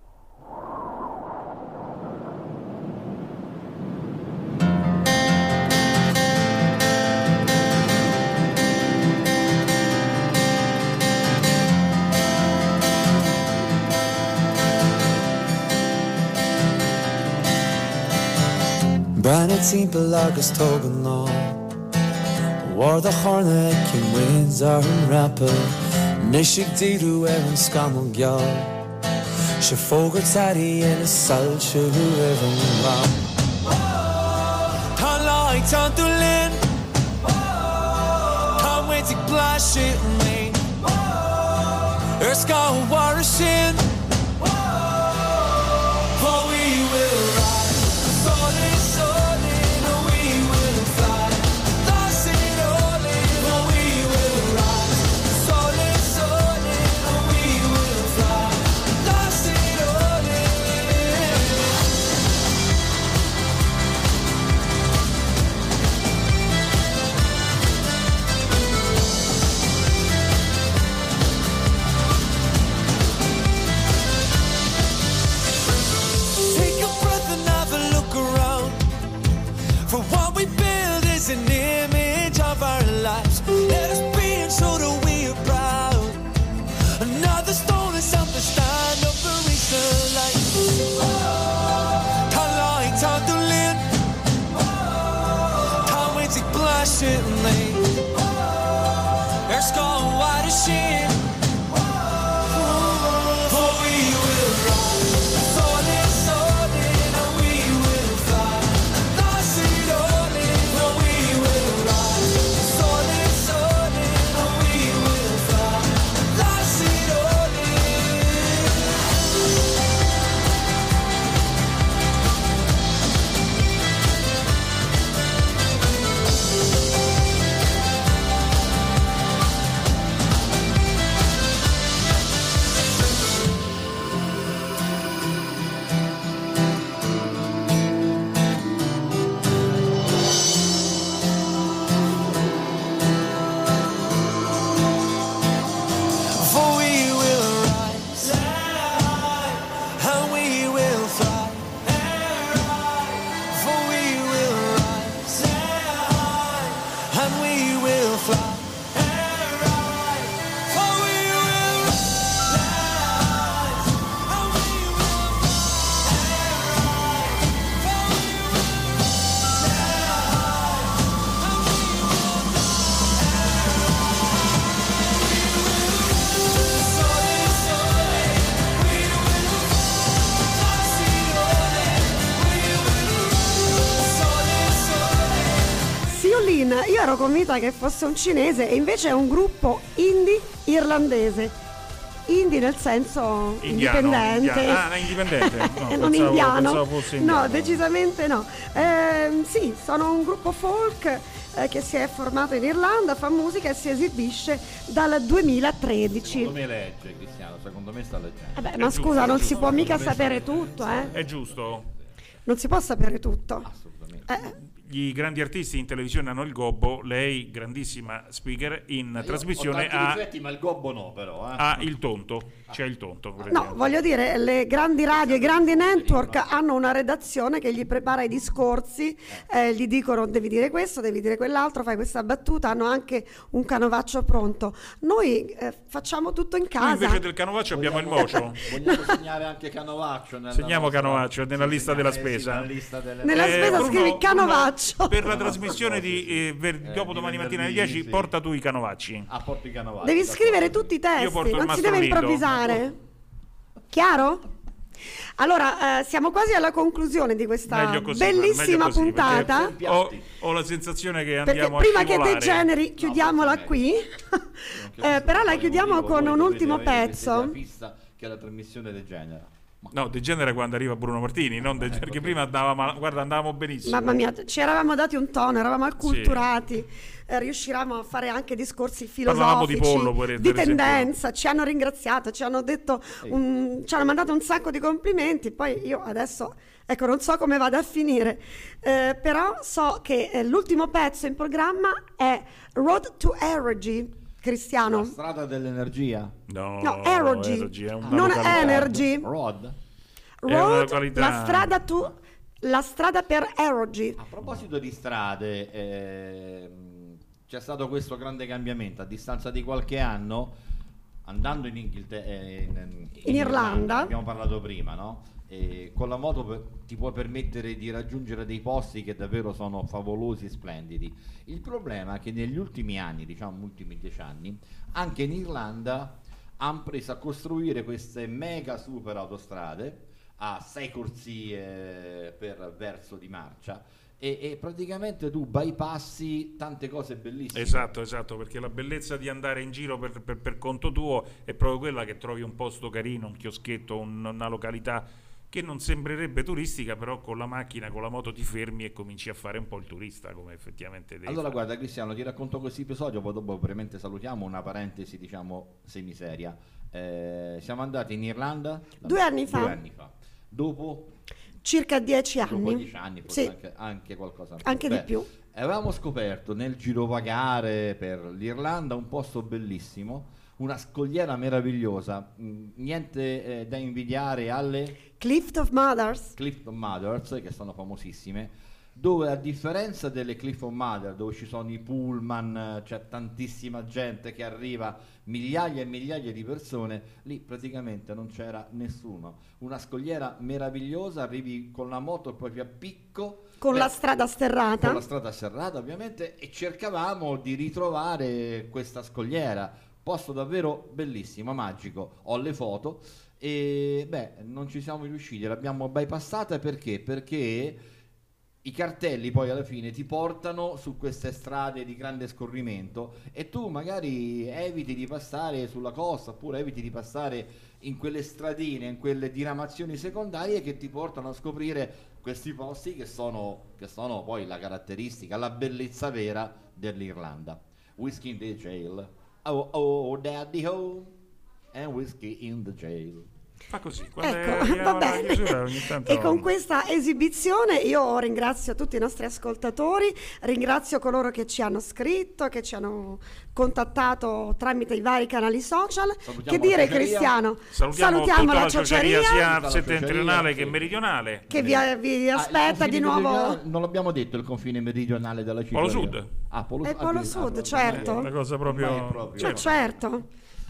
Brenne timppel agus tógan ná War the horna cin winds ar an rapper Nishig díú an scamal geall Se fógur taí in sal se an rá Tá láid tan tú lin Tá waiting blas it mé Sá war sin Oh, we will ride Solid, solid, oh, we will fly Lost it all in, oh, we will ride Solid, solid, oh, we will fly Lost it all in ero convinta che fosse un cinese e invece è un gruppo indie irlandese. Indie nel senso indipendente. Indipendente. No, non indiano. pensavo fosse indiano. No, decisamente no. Sì, sono un gruppo folk che si è formato in Irlanda, fa musica e si esibisce dal 2013. Secondo me legge, Cristiano, secondo me sta leggendo. Ma scusa, non si può mica sapere tutto, È giusto. Non si può sapere tutto. Assolutamente. Gli grandi artisti in televisione hanno il gobbo, lei grandissima speaker in trasmissione ma il gobbo no, però. ha il tonto, c'è il tonto. No, voglio dire, le grandi radio, i grandi network hanno una redazione che gli prepara i discorsi, gli dicono devi dire questo, devi dire quell'altro, fai questa battuta, hanno anche un canovaccio pronto. Noi facciamo tutto in casa. Noi invece del canovaccio abbiamo il mocio. Vogliamo segnare anche canovaccio Segniamo canovaccio nella lista della spesa. Nella spesa scrivi canovaccio. Per la trasmissione di dopo domani mattina alle 10 porta tu i canovacci. Porto i canovacci. Devi scrivere tutti i testi, non si deve improvvisare. Chiaro? Allora, siamo quasi alla conclusione di questa bellissima puntata. Ho la sensazione che perché andiamo prima a che degeneri, chiudiamola qui. Però la chiudiamo con un ultimo pezzo. Che la trasmissione degenera. No, degenera quando arriva Bruno Martini, non perché prima andavamo benissimo. Mamma mia, ci eravamo dati un tono, eravamo acculturati, riuscivamo a fare anche discorsi filosofici, di pollo, di tendenza, ci hanno ringraziato, ci hanno detto, ci hanno mandato un sacco di complimenti, poi io adesso, ecco, non so come vada a finire, però so che l'ultimo pezzo in programma è Road to Energy. Cristiano. La strada dell'energia? No, Energy, non Energy. Road? La strada per Energy. A proposito di strade, c'è stato questo grande cambiamento a distanza di qualche anno, andando in Irlanda, abbiamo parlato prima, no? E con la moto ti puoi permettere di raggiungere dei posti che davvero sono favolosi e splendidi. Il problema è che negli ultimi anni, diciamo ultimi 10 anni, anche in Irlanda hanno preso a costruire queste mega super autostrade a 6 corsie per verso di marcia e praticamente tu bypassi tante cose bellissime. Esatto, perché la bellezza di andare in giro per conto tuo è proprio quella che trovi un posto carino, un chioschetto, una località che non sembrerebbe turistica, però con la macchina, con la moto ti fermi e cominci a fare un po' il turista, come effettivamente devi allora fare. Guarda Cristiano, ti racconto questo episodio, poi dopo ovviamente salutiamo, una parentesi diciamo semiseria. Siamo andati in Irlanda 2 anni fa. 2 anni fa. Dopo circa 10 anni. Dopo 10 anni, forse sì. anche qualcosa. Anche di più. Avevamo scoperto nel girovagare per l'Irlanda un posto bellissimo, una scogliera meravigliosa, niente da invidiare alle Cliff of Mothers, che sono famosissime, dove a differenza delle Cliff of Mothers, dove ci sono i pullman, c'è tantissima gente che arriva, migliaia e migliaia di persone, lì praticamente non c'era nessuno. Una scogliera meravigliosa, arrivi con la moto proprio a picco, con la strada sterrata. Con la strada serrata ovviamente, e cercavamo di ritrovare questa scogliera. Posto davvero bellissimo, magico. Ho le foto e non ci siamo riusciti, l'abbiamo bypassata perché i cartelli poi alla fine ti portano su queste strade di grande scorrimento e tu magari eviti di passare sulla costa oppure eviti di passare in quelle stradine, in quelle diramazioni secondarie che ti portano a scoprire questi posti che sono poi la caratteristica, la bellezza vera dell'Irlanda. Whiskey in the jail. Oh, daddy home and whiskey in the jail. Fa così. Ecco, va bene. E con questa esibizione io ringrazio tutti i nostri ascoltatori, ringrazio coloro che ci hanno scritto, che ci hanno contattato tramite i vari canali social. Che dire, Cristiano? Salutiamo la ciociaria sia settentrionale che meridionale, che vi aspetta di nuovo. Non l'abbiamo detto il confine meridionale della ciociaria. Polo Sud. Polo Sud, certo. Una cosa proprio. Certo.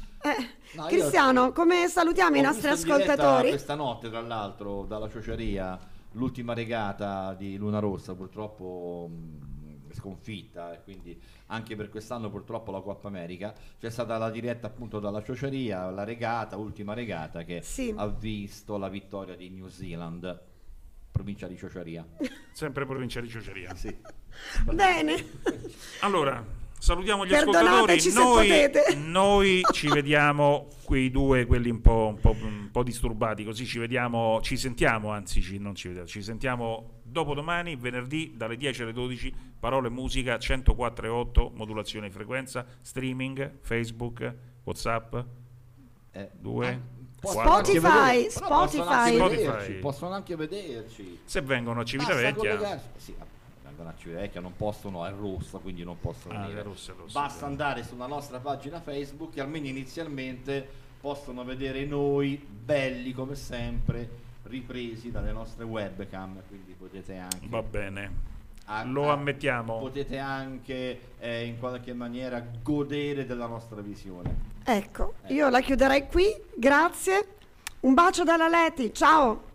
Cristiano, come salutiamo i nostri ascoltatori? Questa notte, tra l'altro, dalla ciociaria, l'ultima regata di Luna Rossa, purtroppo sconfitta, e quindi anche per quest'anno purtroppo la Coppa America. C'è stata la diretta appunto dalla ciociaria, la regata, ultima regata che ha visto la vittoria di New Zealand. provincia di Ciociaria. Sempre provincia di Ciociaria. Sì. Bene. Allora, salutiamo gli Perdonateci ascoltatori. se potete. Noi ci vediamo, quei due, quelli un po' disturbati, così ci sentiamo, non ci vediamo, ci sentiamo dopodomani, venerdì, dalle 10 alle 12, Parole e Musica, 104.8, modulazione di frequenza, streaming, Facebook, WhatsApp, 2... Spotify. Possono anche vederci. Se vengono a Civitavecchia. Sì, vengono a Civitavecchia, non possono, è rossa, quindi non possono venire. È rossa. Basta andare sulla nostra pagina Facebook e almeno inizialmente possono vedere noi belli come sempre, ripresi dalle nostre webcam, quindi potete anche... Va bene. Lo ammettiamo. Potete anche in qualche maniera godere della nostra visione. Ecco, io la chiuderei qui, grazie. Un bacio dalla Leti, ciao.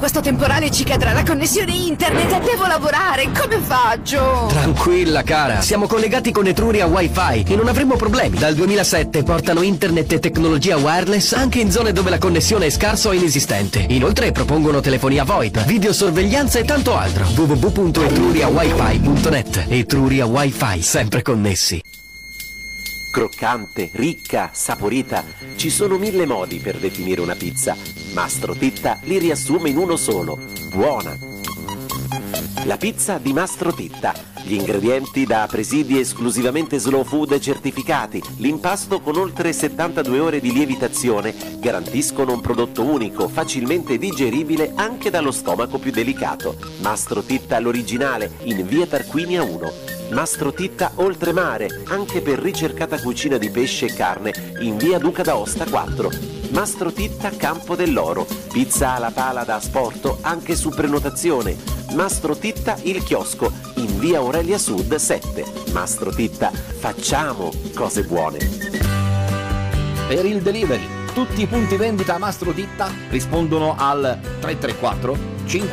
questo temporale ci cadrà la connessione internet e devo lavorare. Come faccio? Tranquilla cara, siamo collegati con Etruria Wi-Fi e non avremo problemi. Dal 2007 portano internet e tecnologia wireless anche in zone dove la connessione è scarsa o inesistente. Inoltre propongono telefonia VoIP, videosorveglianza e tanto altro. www.etruriawifi.net. Etruria Wi-Fi, sempre connessi. Croccante, ricca, saporita, ci sono 1000 modi per definire una pizza. Mastro Titta li riassume in uno solo: buona. La pizza di Mastro Titta. Gli ingredienti da presidi esclusivamente slow food certificati, l'impasto con oltre 72 ore di lievitazione garantiscono un prodotto unico, facilmente digeribile anche dallo stomaco più delicato. Mastro Titta l'originale, in via Tarquinia 1. Mastro Titta Oltremare, anche per ricercata cucina di pesce e carne, in via Duca d'Aosta 4. Mastro Titta Campo dell'Oro, pizza alla pala da asporto anche su prenotazione. Mastro Titta Il Chiosco, in via Aurelia Sud 7. Mastro Titta, facciamo cose buone. Per il delivery, tutti i punti vendita Mastro Titta rispondono al 334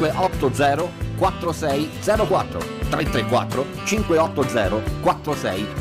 580 4604. 334 580 4604.